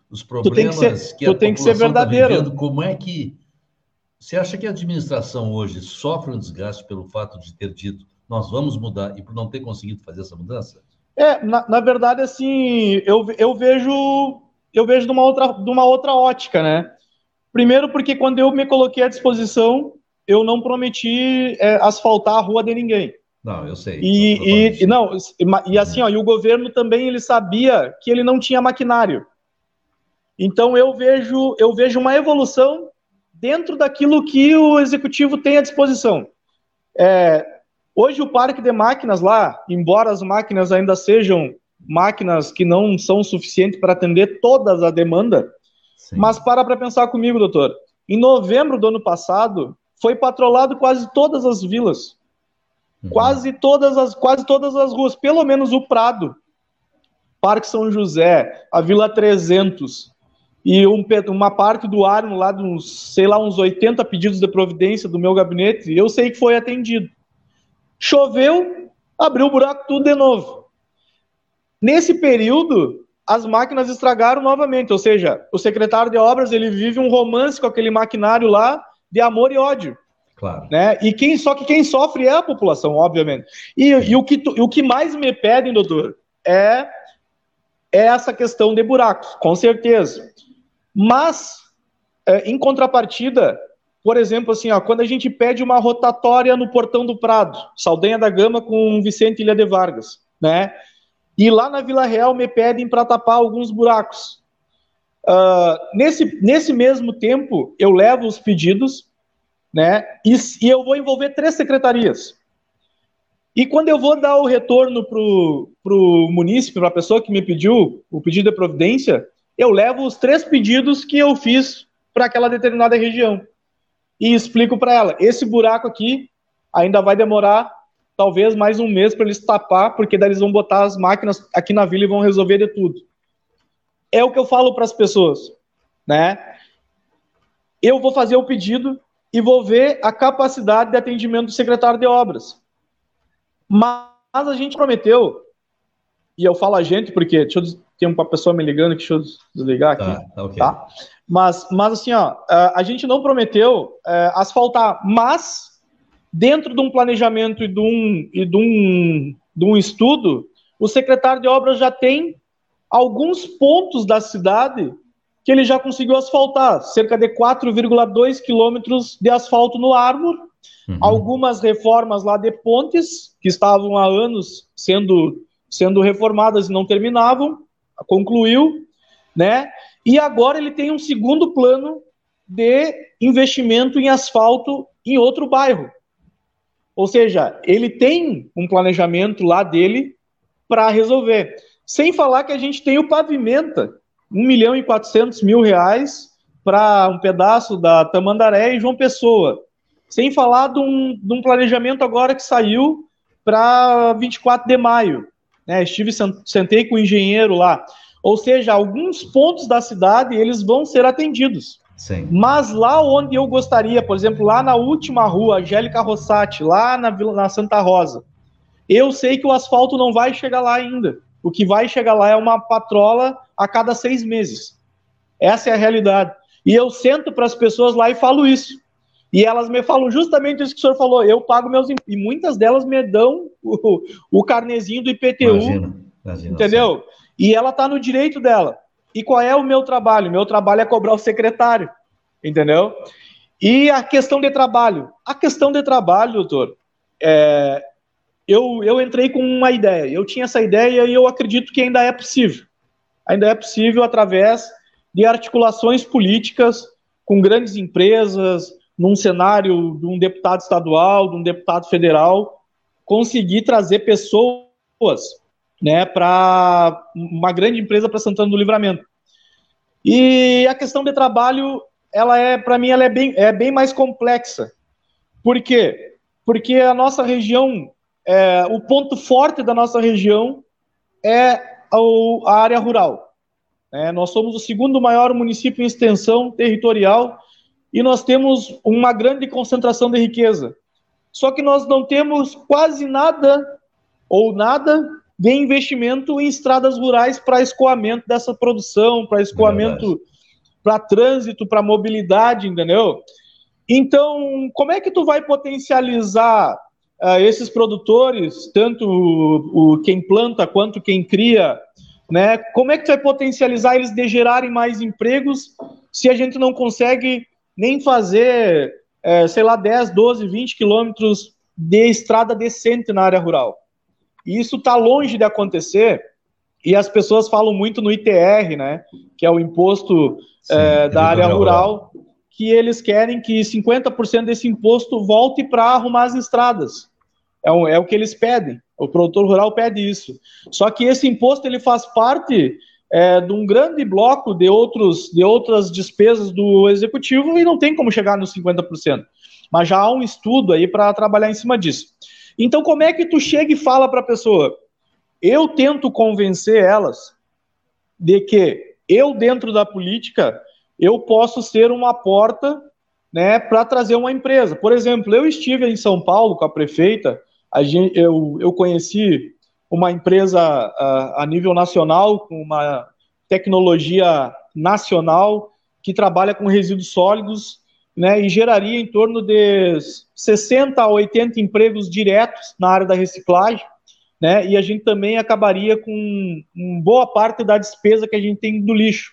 os tu tem que problemas ser, que tu a tem que ser população está verdadeiro. vivendo, como é que... Você acha que a administração hoje sofre um desgaste pelo fato de ter dito nós vamos mudar e por não ter conseguido fazer essa mudança? É, na, na verdade, assim, eu, eu vejo eu vejo de uma outra, de uma outra ótica, né? Primeiro porque quando eu me coloquei à disposição, eu não prometi é, asfaltar a rua de ninguém. Não, eu sei. Não estou falando E, e, disso. não, e assim, ó, e o governo também ele sabia que ele não tinha maquinário. Então eu vejo, eu vejo uma evolução dentro daquilo que o executivo tem à disposição. É, hoje o parque de máquinas lá, embora as máquinas ainda sejam máquinas que não são suficientes para atender todas a demanda, Sim. mas para para pensar comigo, doutor. Em novembro do ano passado, foi patrolado quase todas as vilas, uhum. quase todas as quase todas as ruas, pelo menos o Prado, Parque São José, a Vila trezentos e um, uma parte do Arno lá, de uns, sei lá, uns oitenta pedidos de providência do meu gabinete, eu sei que foi atendido. Choveu, abriu o buraco tudo de novo. Nesse período, as máquinas estragaram novamente, ou seja, o secretário de obras ele vive um romance com aquele maquinário lá de amor e ódio. Claro. Né? E quem, só que quem sofre é a população, obviamente. E, e o, que, o que mais me pedem, doutor, é, é essa questão de buracos, com certeza. Mas, é, em contrapartida, por exemplo, assim, ó, quando a gente pede uma rotatória no Portão do Prado, Saldanha da Gama com Vicente Ilha de Vargas, né? E lá na Vila Real me pedem para tapar alguns buracos. Uh, nesse, nesse mesmo tempo, eu levo os pedidos, né? E, e eu vou envolver três secretarias. E quando eu vou dar o retorno para o munícipe, para a pessoa que me pediu o pedido de providência, eu levo os três pedidos que eu fiz para aquela determinada região. E explico para ela, esse buraco aqui ainda vai demorar talvez mais um mês para eles tapar, porque daí eles vão botar as máquinas aqui na vila e vão resolver de tudo. É o que eu falo para as pessoas, né? Eu vou fazer o pedido e vou ver a capacidade de atendimento do secretário de obras. Mas a gente prometeu, e eu falo a gente porque deixa eu, tem uma pessoa me ligando, deixa eu desligar aqui. Tá, tá, okay. Tá? Mas, mas assim, ó, a gente não prometeu é, asfaltar, mas dentro de um planejamento e de um, e de um, de um estudo, o secretário de obras já tem alguns pontos da cidade que ele já conseguiu asfaltar, cerca de quatro vírgula dois quilômetros de asfalto no Árvor, uhum. Algumas reformas lá de pontes, que estavam há anos sendo, sendo reformadas e não terminavam, concluiu, né? E agora ele tem um segundo plano de investimento em asfalto em outro bairro. Ou seja, ele tem um planejamento lá dele para resolver. Sem falar que a gente tem o Pavimenta, um milhão e quatrocentos mil reais para um pedaço da Tamandaré e João Pessoa. Sem falar de um, de um planejamento agora que saiu para vinte e quatro de maio. Né? Estive, sentei com o engenheiro lá. Ou seja, alguns pontos da cidade eles vão ser atendidos. Sim. Mas lá onde eu gostaria, por exemplo, lá na última rua, Angélica Rossati, lá na, Vila, na Santa Rosa, eu sei que o asfalto não vai chegar lá ainda. O que vai chegar lá é uma patrola a cada seis meses. Essa é a realidade. E eu sento para as pessoas lá e falo isso. E elas me falam justamente isso que o senhor falou. Eu pago meus impostos. E muitas delas me dão o, o carnezinho do I P T U. Imagina, imagina, entendeu? Sim. E ela está no direito dela. E qual é o meu trabalho? Meu trabalho é cobrar o secretário. Entendeu? E a questão de trabalho. A questão de trabalho, doutor, é, eu, eu entrei com uma ideia. Eu tinha essa ideia e eu acredito que ainda é possível. Ainda é possível através de articulações políticas com grandes empresas, num cenário de um deputado estadual, de um deputado federal, conseguir trazer pessoas, né, para uma grande empresa para Santana do Livramento. E a questão de trabalho, ela é, para mim, ela é bem, é bem mais complexa. Por quê? Porque a nossa região, é, o ponto forte da nossa região é a, a área rural. É, nós somos o segundo maior município em extensão territorial e nós temos uma grande concentração de riqueza. Só que nós não temos quase nada, ou nada, de investimento em estradas rurais para escoamento dessa produção, para escoamento, para trânsito, para mobilidade, entendeu? Então, como é que tu vai potencializar uh, esses produtores, tanto o, o, quem planta quanto quem cria, né? Como é que tu vai potencializar eles de gerarem mais empregos se a gente não consegue nem fazer, é, sei lá, dez, doze, vinte quilômetros de estrada decente na área rural? E isso está longe de acontecer, e as pessoas falam muito no I T R, né? Que é o imposto Sim, é, da área rural, rural, que eles querem que cinquenta por cento desse imposto volte para arrumar as estradas. É o, é o que eles pedem. O produtor rural pede isso. Só que esse imposto ele faz parte é, de um grande bloco de, outros, de outras despesas do executivo e não tem como chegar nos cinquenta por cento. Mas já há um estudo aí para trabalhar em cima disso. Então, como é que tu chega e fala para a pessoa? Eu tento convencer elas de que eu, dentro da política, eu posso ser uma porta, né, para trazer uma empresa. Por exemplo, eu estive em São Paulo com a prefeita, a gente, eu, eu conheci uma empresa a, a nível nacional, com uma tecnologia nacional, que trabalha com resíduos sólidos, né, e geraria em torno de sessenta a oitenta empregos diretos na área da reciclagem, né, e a gente também acabaria com uma boa parte da despesa que a gente tem do lixo.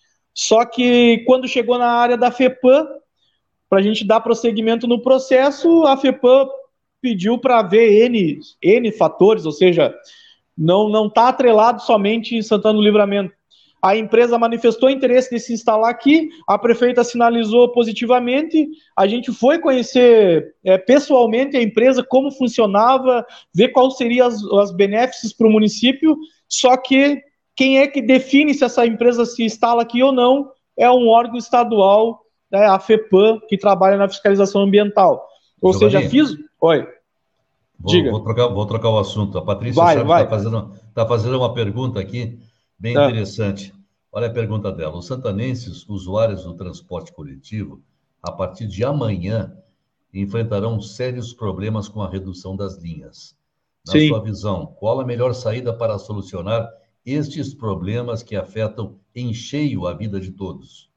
Só que quando chegou na área da FEPAM, para a gente dar prosseguimento no processo, a FEPAM pediu para ver N, N fatores, ou seja, não não está atrelado somente em Santana do Livramento. A empresa manifestou interesse de se instalar aqui, a prefeita sinalizou positivamente, a gente foi conhecer é, pessoalmente a empresa, como funcionava, ver quais seriam as, as benefícios para o município, só que quem é que define se essa empresa se instala aqui ou não é um órgão estadual, né, a FEPAM, que trabalha na fiscalização ambiental. Ou Giovanni, seja, fiz... Oi. Vou, Diga. Vou, trocar, vou trocar o assunto. A Patrícia vai, Chaves vai. está fazendo, tá fazendo uma pergunta aqui bem é. interessante. Olha a pergunta dela. Os santanenses, usuários do transporte coletivo, a partir de amanhã, enfrentarão sérios problemas com a redução das linhas. Na Sim. sua visão, qual a melhor saída para solucionar estes problemas que afetam em cheio a vida de todos?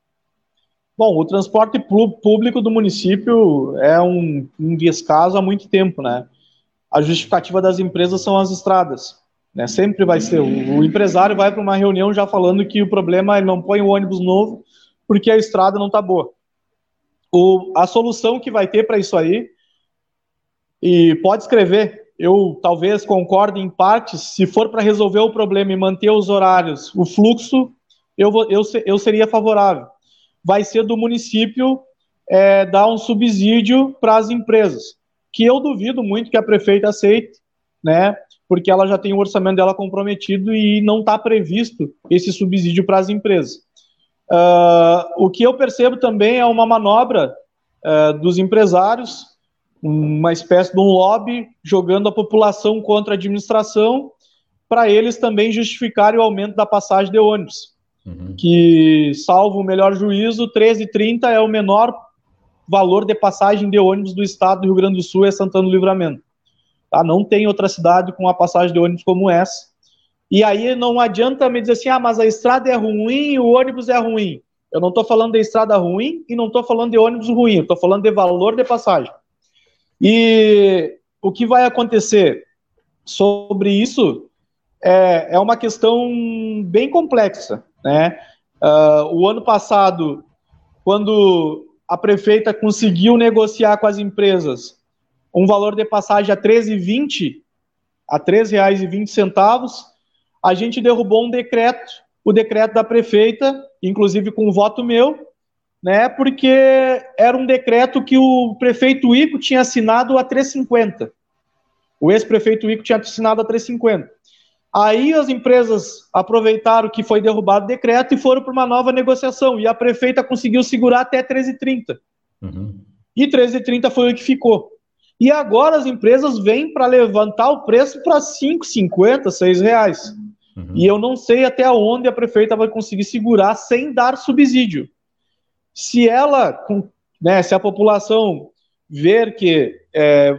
Bom, o transporte público do município é um, um descaso há muito tempo, né? A justificativa das empresas são as estradas, né? Sempre vai ser. O, o empresário vai para uma reunião já falando que o problema é ele não põe o ônibus novo porque a estrada não está boa. O, a solução que vai ter para isso aí, e pode escrever, eu talvez concorde em partes, se for para resolver o problema e manter os horários, o fluxo, eu, vou, eu, eu seria favorável. Vai ser do município é, dar um subsídio para as empresas, que eu duvido muito que a prefeita aceite, né, porque ela já tem o orçamento dela comprometido e não está previsto esse subsídio para as empresas. Uh, o que eu percebo também é uma manobra uh, dos empresários, uma espécie de um lobby jogando a população contra a administração para eles também justificarem o aumento da passagem de ônibus. Uhum. Que, salvo o melhor juízo, treze e trinta é o menor valor de passagem de ônibus do estado do Rio Grande do Sul, é Santana do Livramento. Tá? Não tem outra cidade com uma passagem de ônibus como essa. E aí não adianta me dizer assim, ah, mas a estrada é ruim e o ônibus é ruim. Eu não estou falando de estrada ruim e não estou falando de ônibus ruim, eu estou falando de valor de passagem. E o que vai acontecer sobre isso é, é uma questão bem complexa, né? Uh, o ano passado, quando a prefeita conseguiu negociar com as empresas um valor de passagem a treze reais e vinte centavos, a treze reais e vinte centavos, a gente derrubou um decreto, o decreto da prefeita, inclusive com o voto meu, né, porque era um decreto que o prefeito Ico tinha assinado a três reais e cinquenta centavos. O ex-prefeito Ico tinha assinado a três reais e cinquenta centavos. Aí as empresas aproveitaram que foi derrubado o decreto e foram para uma nova negociação. E a prefeita conseguiu segurar até treze reais e trinta centavos. Uhum. E treze reais e trinta centavos foi o que ficou. E agora as empresas vêm para levantar o preço para cinco reais e cinquenta centavos, seis reais. Uhum. E eu não sei até onde a prefeita vai conseguir segurar sem dar subsídio. Se ela, né, se a população ver que é,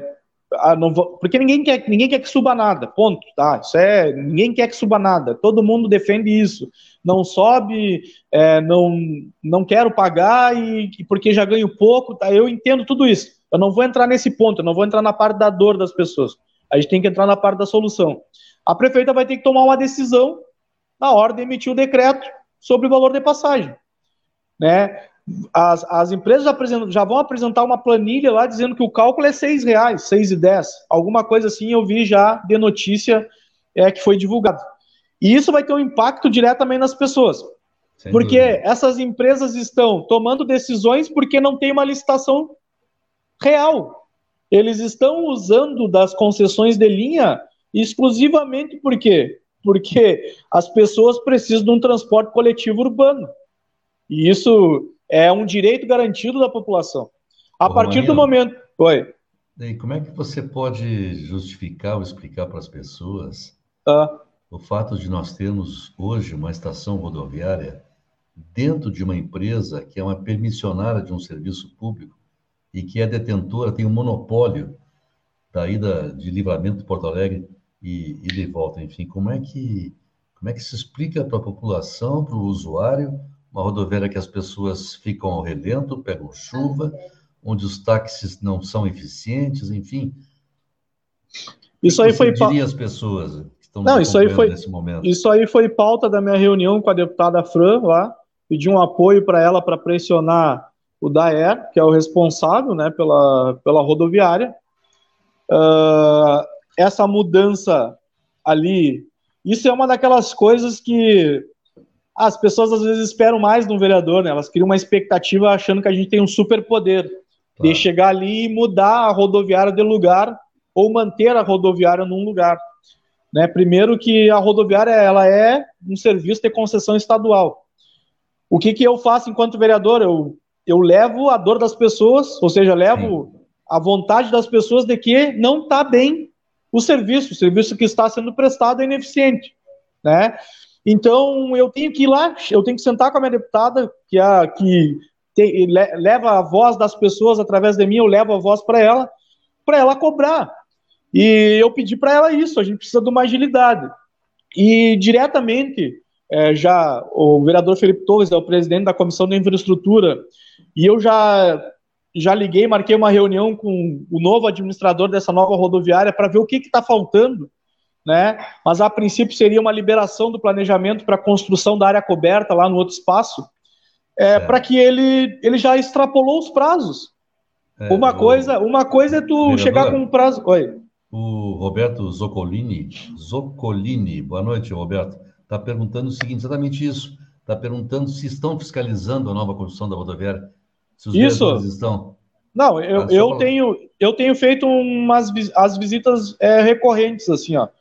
ah, não vou, porque ninguém quer, ninguém quer que suba nada, ponto, tá? Isso é, ninguém quer que suba nada, todo mundo defende isso. Não sobe, é, não, não quero pagar e porque já ganho pouco, tá? Eu entendo tudo isso. Eu não vou entrar nesse ponto, eu não vou entrar na parte da dor das pessoas. A gente tem que entrar na parte da solução. A prefeita vai ter que tomar uma decisão na hora de emitir o decreto sobre o valor de passagem, né? As, as empresas já, já vão apresentar uma planilha lá dizendo que o cálculo é seis reais, seis e dez, alguma coisa assim eu vi já de notícia é, que foi divulgado. E isso vai ter um impacto diretamente nas pessoas. Sem porque dúvida. Essas empresas estão tomando decisões porque não tem uma licitação real. Eles estão usando das concessões de linha exclusivamente por quê? Porque as pessoas precisam de um transporte coletivo urbano. E isso é um direito garantido da população. A Ô, partir Romarinho, do momento... Oi. E como é que você pode justificar ou explicar para as pessoas ah. o fato de nós termos hoje uma estação rodoviária dentro de uma empresa que é uma permissionária de um serviço público e que é detentora, tem um monopólio da ida de Livramento de Porto Alegre e, e de volta, enfim, como é que, como é que se explica para a população, para o usuário, uma rodoviária que as pessoas ficam ao relento, pegam chuva, onde os táxis não são eficientes, enfim. Isso aí foi diria às pessoas que estão não, isso aí foi nesse momento? Isso aí foi pauta da minha reunião com a deputada Fran lá, pedi um apoio para ela para pressionar o Daer, que é o responsável, né, pela, pela rodoviária. Uh, essa mudança ali, isso é uma daquelas coisas que as pessoas às vezes esperam mais de um vereador, né? Elas criam uma expectativa achando que a gente tem um superpoder claro. De chegar ali e mudar a rodoviária de lugar ou manter a rodoviária num lugar. Né? Primeiro que a rodoviária ela é um serviço de concessão estadual. O que, que eu faço enquanto vereador? Eu, eu levo a dor das pessoas, ou seja, levo Sim. a vontade das pessoas de que não está bem o serviço, o serviço que está sendo prestado é ineficiente. Né? Então, eu tenho que ir lá, eu tenho que sentar com a minha deputada, que, é, que te, le, leva a voz das pessoas através de mim, eu levo a voz para ela, para ela cobrar. E eu pedi para ela isso, a gente precisa de uma agilidade. E diretamente, é, já o vereador Felipe Torres é o presidente da Comissão de Infraestrutura, e eu já, já liguei, marquei uma reunião com o novo administrador dessa nova rodoviária para ver o que está faltando, né? Mas a princípio seria uma liberação do planejamento para a construção da área coberta lá no outro espaço, é, para que ele, ele já extrapolou os prazos. É, uma, o... coisa, uma coisa é tu vereador, chegar com um prazo... Oi. O Roberto Zoccolini, Zoccolini, boa noite, Roberto, está perguntando o seguinte, exatamente isso, está perguntando se estão fiscalizando a nova construção da rodoviária, se os isso. vereadores estão... Não, eu, eu, tenho, eu tenho feito umas as visitas é, recorrentes, assim, ó.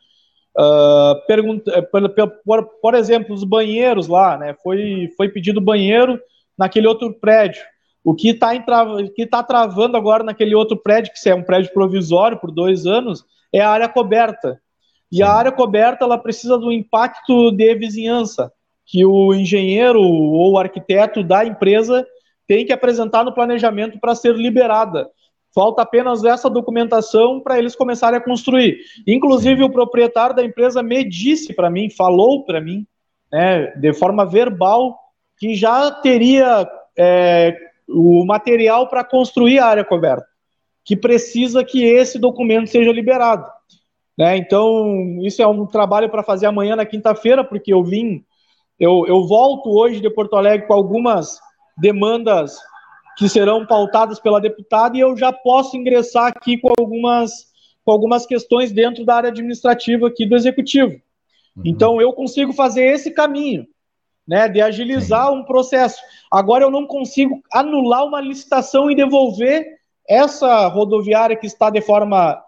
Uh, pergunta, por, por, por exemplo, os banheiros lá, né? Foi, foi pedido banheiro naquele outro prédio. O que está tá travando agora naquele outro prédio, que é um prédio provisório por dois anos, é a área coberta. E Sim. a área coberta ela precisa do impacto de vizinhança, que o engenheiro ou o arquiteto da empresa tem que apresentar no planejamento para ser liberada. Falta apenas essa documentação para eles começarem a construir. Inclusive, o proprietário da empresa me disse para mim, falou para mim, né, de forma verbal, que já teria é, o material para construir a área coberta, que precisa que esse documento seja liberado. Né? Então, isso é um trabalho para fazer amanhã na quinta-feira, porque eu vim, eu, eu volto hoje de Porto Alegre com algumas demandas que serão pautadas pela deputada, e eu já posso ingressar aqui com algumas, com algumas questões dentro da área administrativa aqui do Executivo. Uhum. Então, eu consigo fazer esse caminho, né, de agilizar Sim. um processo. Agora, eu não consigo anular uma licitação e devolver essa rodoviária que está de forma,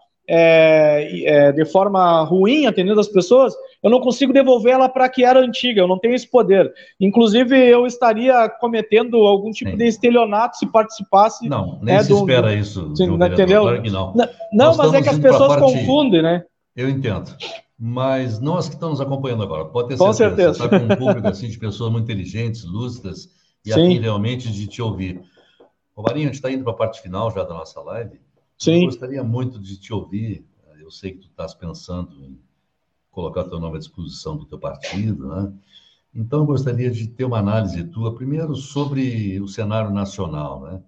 é, é, de forma ruim, atendendo as pessoas, eu não consigo devolver ela para que era antiga, eu não tenho esse poder. Inclusive, eu estaria cometendo algum tipo Sim. de estelionato se participasse... Não, nem é, se do, espera isso sim, de um vereador, entendeu? Claro que não. Não, não mas é que as pessoas parte... confundem, né? Eu entendo. Mas nós que estamos acompanhando agora, pode ter com certeza. certeza. Está com um público assim, de pessoas muito inteligentes, lúcidas, e Sim. aqui realmente de te ouvir. Romarinho, a gente está indo para a parte final já da nossa live. Sim. Eu gostaria muito de te ouvir. Eu sei que tu estás pensando em colocar teu nome à disposição do teu partido, né? Então, eu gostaria de ter uma análise tua, primeiro, sobre o cenário nacional, né?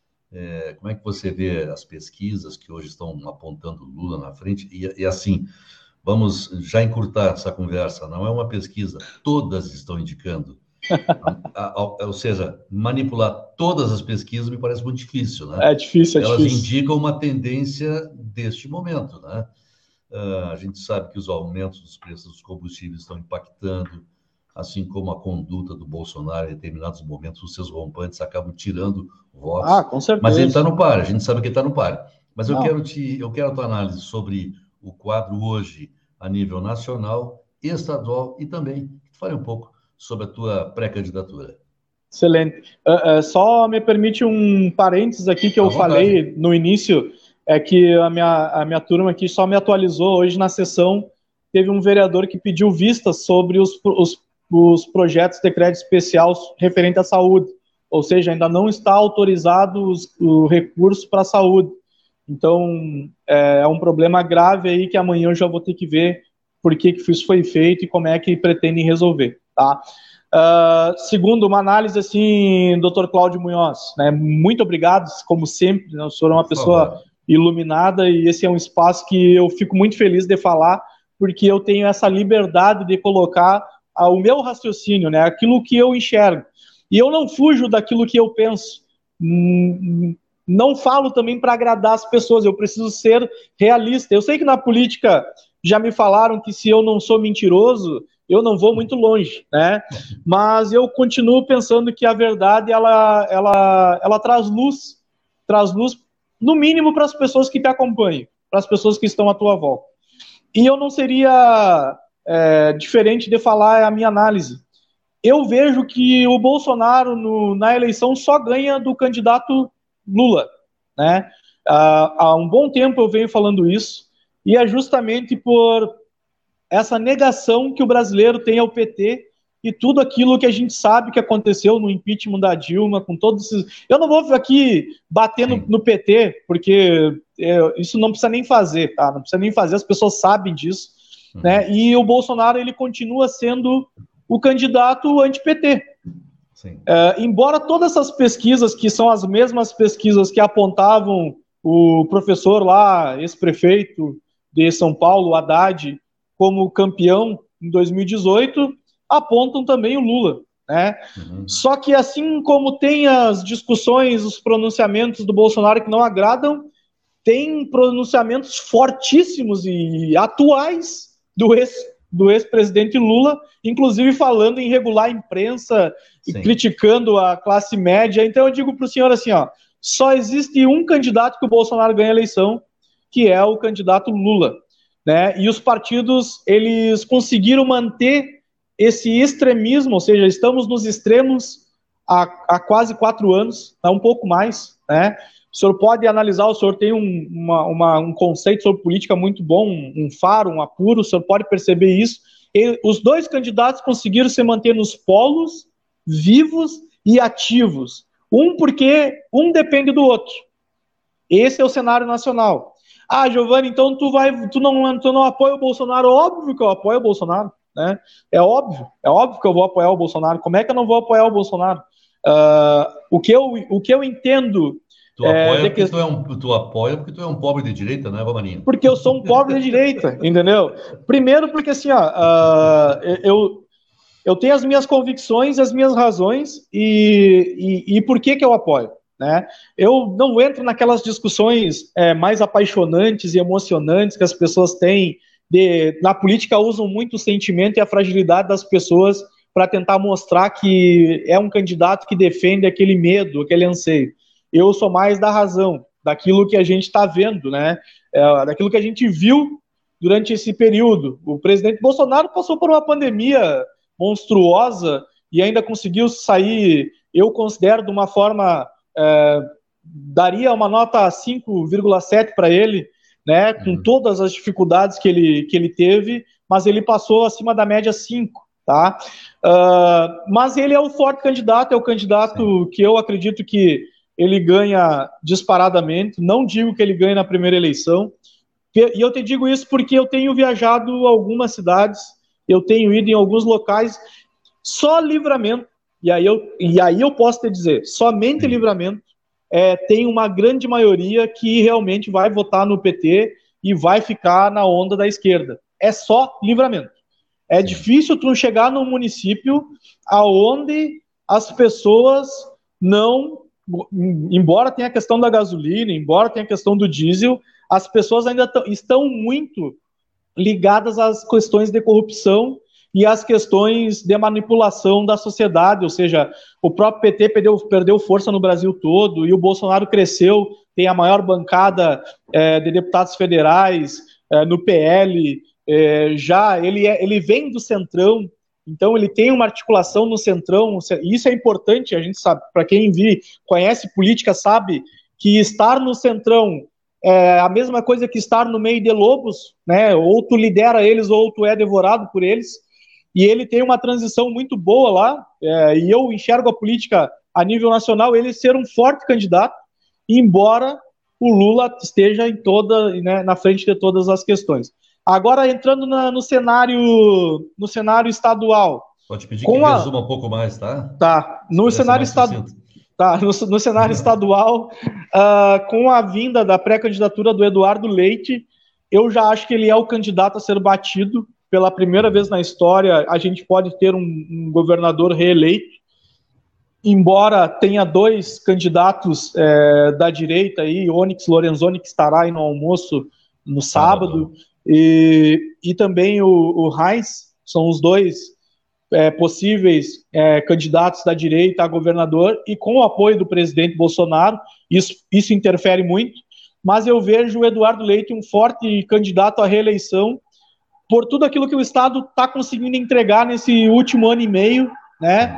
É, como é que você vê as pesquisas que hoje estão apontando Lula na frente? E, e assim, vamos já encurtar essa conversa, não é uma pesquisa, todas estão indicando. A, a, a, ou seja, manipular todas as pesquisas me parece muito difícil, né? É difícil, é Elas difícil. indicam uma tendência deste momento, né? Uh, a gente sabe que os aumentos dos preços dos combustíveis estão impactando, assim como a conduta do Bolsonaro em determinados momentos, os seus rompantes acabam tirando votos. Ah, com certeza. Mas ele está no par, a gente sabe que ele está no par. Mas eu Não. quero, te, eu quero a tua análise sobre o quadro hoje a nível nacional, estadual e também, fale um pouco sobre a tua pré-candidatura. Excelente. Uh, uh, só me permite um parênteses aqui que eu falei no início, é que a minha, a minha turma aqui só me atualizou. Hoje na sessão teve um vereador que pediu vistas sobre os, os, os projetos de crédito especial referente à saúde, ou seja, ainda não está autorizado os, o recurso para a saúde. Então, é, é um problema grave aí que amanhã eu já vou ter que ver por que, que isso foi feito e como é que pretendem resolver, tá? Uh, segundo, uma análise assim, doutor Cláudio Munhoz, né, muito obrigado, como sempre, né, o senhor é uma pessoa iluminada e esse é um espaço que eu fico muito feliz de falar, porque eu tenho essa liberdade de colocar uh, o meu raciocínio, né, aquilo que eu enxergo, e eu não fujo daquilo que eu penso, hum, não falo também para agradar as pessoas, eu preciso ser realista. Eu sei que na política já me falaram que se eu não sou mentiroso, eu não vou muito longe, né? Mas eu continuo pensando que a verdade, ela, ela, ela traz luz, traz luz, no mínimo, para as pessoas que te acompanham, para as pessoas que estão à tua volta. E eu não seria é, diferente de falar a minha análise. Eu vejo que o Bolsonaro, no, na eleição, só ganha do candidato Lula, né? Há, há um bom tempo eu venho falando isso, e é justamente por essa negação que o brasileiro tem ao P T e tudo aquilo que a gente sabe que aconteceu no impeachment da Dilma, com todos esses... Eu não vou aqui bater no, no P T, porque é, isso não precisa nem fazer, tá? Não precisa nem fazer, as pessoas sabem disso, uhum. né? E o Bolsonaro, ele continua sendo o candidato anti-P T. É, embora todas essas pesquisas, que são as mesmas pesquisas que apontavam o professor lá, ex-prefeito de São Paulo, Haddad, como campeão em dois mil e dezoito, apontam também o Lula, né? Uhum. Só que assim como tem as discussões, os pronunciamentos do Bolsonaro que não agradam, tem pronunciamentos fortíssimos e atuais do ex, do ex-presidente Lula, inclusive falando em regular a imprensa e Sim. criticando a classe média. Então eu digo para o senhor assim, ó, só existe um candidato que o Bolsonaro ganha a eleição, que é o candidato Lula. Né? E os partidos, eles conseguiram manter esse extremismo, ou seja, estamos nos extremos há, há quase quatro anos, né? Um pouco mais, né? O senhor pode analisar, o senhor tem um, uma, uma, um conceito sobre política muito bom, um, um faro, um apuro, o senhor pode perceber isso. E os dois candidatos conseguiram se manter nos polos, vivos e ativos. Um porque um depende do outro. Esse é o cenário nacional. Ah, Giovanni, então tu, vai, tu, não, tu não apoia o Bolsonaro? Óbvio que eu apoio o Bolsonaro, né? É óbvio, é óbvio que eu vou apoiar o Bolsonaro. Como é que eu não vou apoiar o Bolsonaro? Uh, o, que eu, o que eu entendo... Tu apoia, é, porque que... tu, é um, tu apoia porque tu é um pobre de direita, né, Romaninho? Porque eu sou um pobre de direita, entendeu? Primeiro porque assim, ó, uh, eu, eu tenho as minhas convicções, as minhas razões e, e, e por que que eu apoio? Né? Eu não entro naquelas discussões é, mais apaixonantes e emocionantes que as pessoas têm. De, na política usam muito o sentimento e a fragilidade das pessoas para tentar mostrar que é um candidato que defende aquele medo, aquele anseio. Eu sou mais da razão, daquilo que a gente está vendo, né? É, daquilo que a gente viu durante esse período. O presidente Bolsonaro passou por uma pandemia monstruosa e ainda conseguiu sair, eu considero, de uma forma... É, daria uma nota cinco vírgula sete para ele, né, com uhum. todas as dificuldades que ele, que ele teve, mas ele passou acima da média cinco, tá? Uh, mas ele é o forte candidato, é o candidato Sim. que eu acredito que ele ganha disparadamente, não digo que ele ganha na primeira eleição, e eu te digo isso porque eu tenho viajado a algumas cidades, eu tenho ido em alguns locais, só Livramento, e aí eu, e aí eu posso te dizer, somente Livramento, é, tem uma grande maioria que realmente vai votar no P T e vai ficar na onda da esquerda. É só Livramento. É Sim. difícil tu chegar num município aonde as pessoas não, embora tenha a questão da gasolina, embora tenha a questão do diesel, as pessoas ainda estão muito ligadas às questões de corrupção e às questões de manipulação da sociedade, ou seja, o próprio P T perdeu, perdeu força no Brasil todo e o Bolsonaro cresceu, tem a maior bancada é, de deputados federais é, no P L, é, já ele, é, ele vem do Centrão, então ele tem uma articulação no Centrão, e isso é importante, a gente sabe, para quem vi, conhece política, sabe que estar no Centrão é a mesma coisa que estar no meio de lobos, né? Ou tu lidera eles ou tu é devorado por eles. E ele tem uma transição muito boa lá, é, e eu enxergo a política a nível nacional, ele ser um forte candidato, embora o Lula esteja em toda, né, na frente de todas as questões. Agora, entrando na, no, cenário, no cenário estadual... Pode pedir que a... resuma um pouco mais, tá? Tá, no cenário estadual... Tá, no, no cenário estadual, uh, com a vinda da pré-candidatura do Eduardo Leite, eu já acho que ele é o candidato a ser batido. Pela primeira vez na história, a gente pode ter um, um governador reeleito, embora tenha dois candidatos é, da direita, aí, Onyx Lorenzoni, que estará aí no almoço no sábado, e, e também o, o Heinz, são os dois É, possíveis é, candidatos da direita a governador, e com o apoio do presidente Bolsonaro, isso, isso interfere muito, mas eu vejo o Eduardo Leite um forte candidato à reeleição, por tudo aquilo que o Estado está conseguindo entregar nesse último ano e meio, né,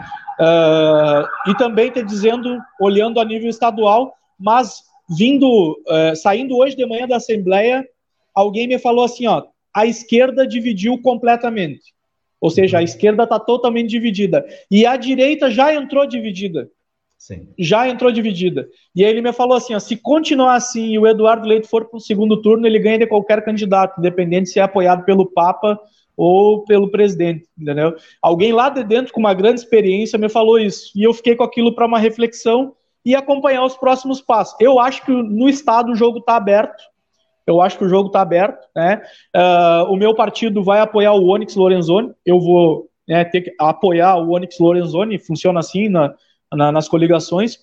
uh, e também te dizendo, olhando a nível estadual, mas vindo, uh, saindo hoje de manhã da Assembleia, alguém me falou assim, ó, a esquerda dividiu completamente. Ou seja, a esquerda está totalmente dividida. E a direita já entrou dividida. Sim. Já entrou dividida. E aí ele me falou assim, ó, se continuar assim e o Eduardo Leite for para o segundo turno, ele ganha de qualquer candidato, independente se é apoiado pelo Papa ou pelo presidente, entendeu? Alguém lá de dentro com uma grande experiência me falou isso. E eu fiquei com aquilo para uma reflexão e acompanhar os próximos passos. Eu acho que no Estado o jogo está aberto. Eu acho que o jogo está aberto, né? Uh, o meu partido vai apoiar o Onyx Lorenzoni, eu vou né, ter que apoiar o Onyx Lorenzoni, funciona assim na, na, nas coligações.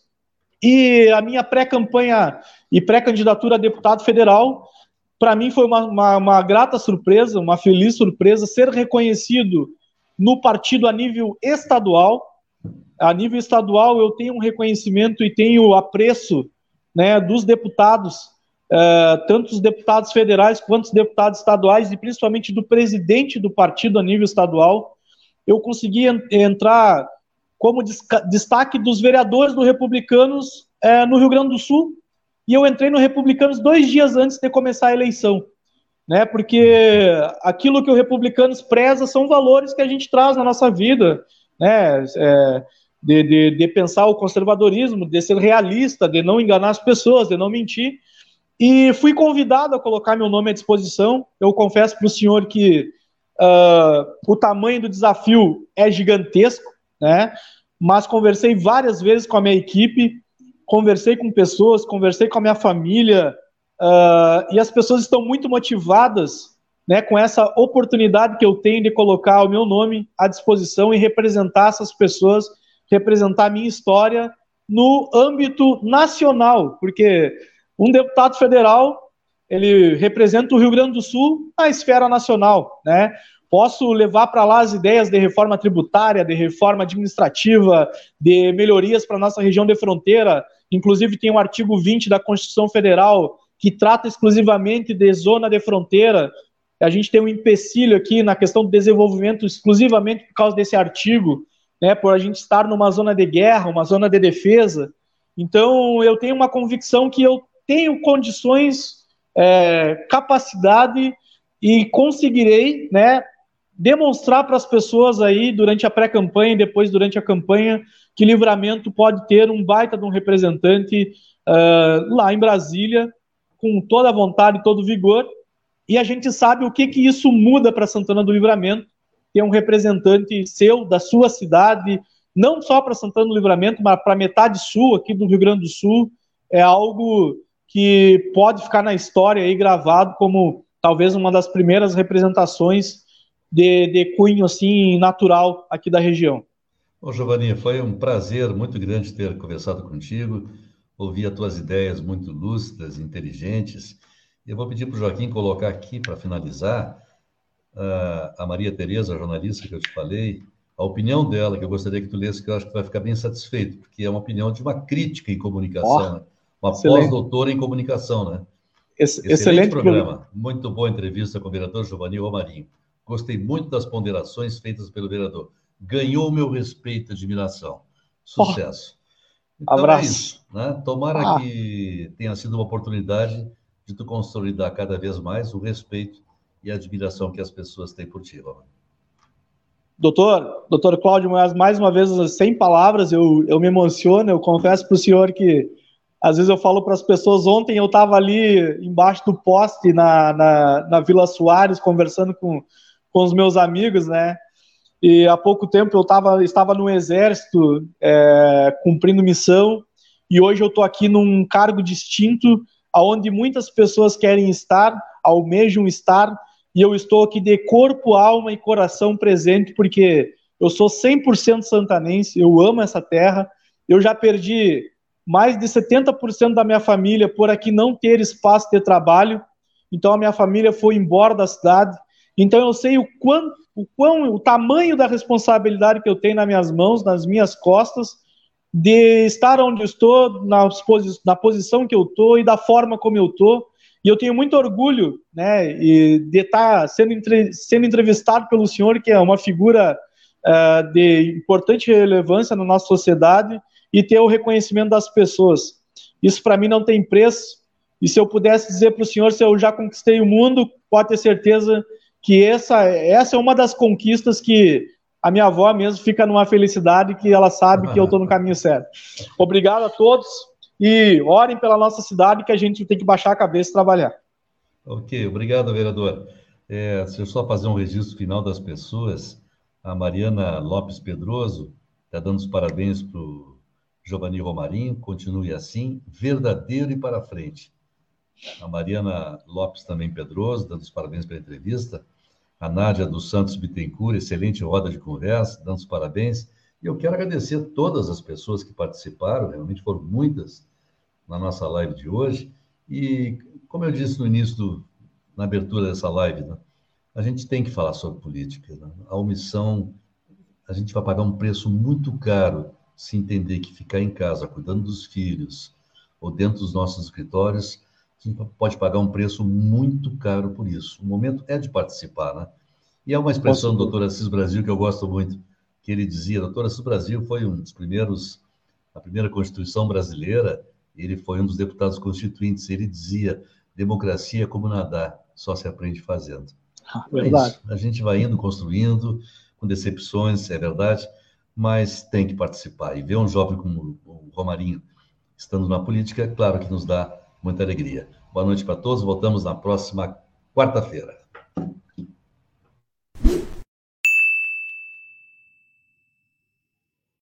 E a minha pré-campanha e pré-candidatura a deputado federal, para mim foi uma, uma, uma grata surpresa, uma feliz surpresa, ser reconhecido no partido a nível estadual. A nível estadual eu tenho um reconhecimento e tenho apreço né, dos deputados, Uh, tanto os deputados federais quanto os deputados estaduais e principalmente do presidente do partido a nível estadual. Eu consegui en- entrar como destaque dos vereadores do Republicanos uh, no Rio Grande do Sul, e eu entrei no Republicanos dois dias antes de começar a eleição, né? Porque aquilo que o Republicanos preza são valores que a gente traz na nossa vida, né? É, de, de, de pensar o conservadorismo, de ser realista, de não enganar as pessoas, de não mentir. E fui convidado a colocar meu nome à disposição. Eu confesso para o senhor que uh, o tamanho do desafio é gigantesco, né? Mas conversei várias vezes com a minha equipe, conversei com pessoas, conversei com a minha família, uh, e as pessoas estão muito motivadas né, com essa oportunidade que eu tenho de colocar o meu nome à disposição e representar essas pessoas, representar a minha história no âmbito nacional, porque um deputado federal, ele representa o Rio Grande do Sul na esfera nacional, né? Posso levar para lá as ideias de reforma tributária, de reforma administrativa, de melhorias para a nossa região de fronteira. Inclusive tem o artigo vinte da Constituição Federal que trata exclusivamente de zona de fronteira. A gente tem um empecilho aqui na questão do desenvolvimento exclusivamente por causa desse artigo, né? Por a gente estar numa zona de guerra, uma zona de defesa. Então eu tenho uma convicção que eu tenho condições, é, capacidade e conseguirei, né, demonstrar para as pessoas aí durante a pré-campanha e depois durante a campanha que Livramento pode ter um baita de um representante uh, lá em Brasília, com toda a vontade e todo o vigor, e a gente sabe o que, que isso muda para Santana do Livramento, ter um representante seu, da sua cidade, não só para Santana do Livramento, mas para metade sul aqui do Rio Grande do Sul, é algo que pode ficar na história aí gravado como talvez uma das primeiras representações de, de cunho assim, natural aqui da região. Bom, Giovanni, foi um prazer muito grande ter conversado contigo, ouvir as tuas ideias muito lúcidas, inteligentes. Eu vou pedir para o Joaquim colocar aqui, para finalizar, a Maria Tereza, a jornalista que eu te falei, a opinião dela, que eu gostaria que tu lesse, que eu acho que vai ficar bem satisfeito, porque é uma opinião de uma crítica em comunicação, oh, né? Uma pós-doutora em comunicação, né? Ex excelente, excelente programa. Muito boa entrevista com o vereador Giovanni Romarinho. Gostei muito das ponderações feitas pelo vereador. Ganhou o meu respeito e admiração. Sucesso. Oh, então abraço. É isso, né? Tomara ah. que tenha sido uma oportunidade de tu consolidar cada vez mais o respeito e a admiração que as pessoas têm por ti, Romarinho. Doutor, doutor Cláudio Moraes, mais uma vez, sem palavras, eu, eu me emociono, eu confesso para o senhor que às vezes eu falo para as pessoas, ontem eu estava ali embaixo do poste na, na, na Vila Soares, conversando com, com os meus amigos, né, e há pouco tempo eu tava, estava no exército, é, cumprindo missão, e hoje eu estou aqui num cargo distinto, onde muitas pessoas querem estar, almejam estar, e eu estou aqui de corpo, alma e coração presente, porque eu sou cem por cento santanense, eu amo essa terra, eu já perdi mais de setenta por cento da minha família por aqui não ter espaço de trabalho, então a minha família foi embora da cidade, então eu sei o quão, o quão, o tamanho da responsabilidade que eu tenho nas minhas mãos, nas minhas costas, de estar onde eu estou, na, posi na posição que eu estou e da forma como eu estou. E eu tenho muito orgulho, né, de estar sendo, entre, sendo entrevistado pelo senhor, que é uma figura uh, de importante relevância na nossa sociedade, e ter o reconhecimento das pessoas. Isso para mim não tem preço, e se eu pudesse dizer para o senhor se eu já conquistei o mundo, pode ter certeza que essa, essa é uma das conquistas que a minha avó mesmo fica numa felicidade, que ela sabe que eu estou no caminho certo. Obrigado a todos. E orem pela nossa cidade, que a gente tem que baixar a cabeça e trabalhar. Ok, obrigado, vereador. É, se eu só fazer um registro final das pessoas, a Mariana Lopes Pedroso está dando os parabéns para o Giovanni Romarinho, continue assim, verdadeiro e para frente. A Mariana Lopes também Pedroso, dando os parabéns pela entrevista. A Nádia dos Santos Bittencourt, excelente roda de conversa, dando os parabéns. E eu quero agradecer a todas as pessoas que participaram, realmente foram muitas, na nossa live de hoje. E, como eu disse no início, do, na abertura dessa live, né, a gente tem que falar sobre política. Né? A omissão, a gente vai pagar um preço muito caro se entender que ficar em casa, cuidando dos filhos, ou dentro dos nossos escritórios, a gente pode pagar um preço muito caro por isso. O momento é de participar, né? E é uma expressão do doutor Assis Brasil que eu gosto muito, que ele dizia, doutor Assis Brasil foi um dos primeiros, a primeira Constituição brasileira. Ele foi um dos deputados constituintes. Ele dizia, democracia é como nadar, só se aprende fazendo. Ah, verdade. É a gente vai indo, construindo, com decepções, é verdade, mas tem que participar. E ver um jovem como o Romarinho estando na política, claro que nos dá muita alegria. Boa noite para todos, voltamos na próxima quarta-feira.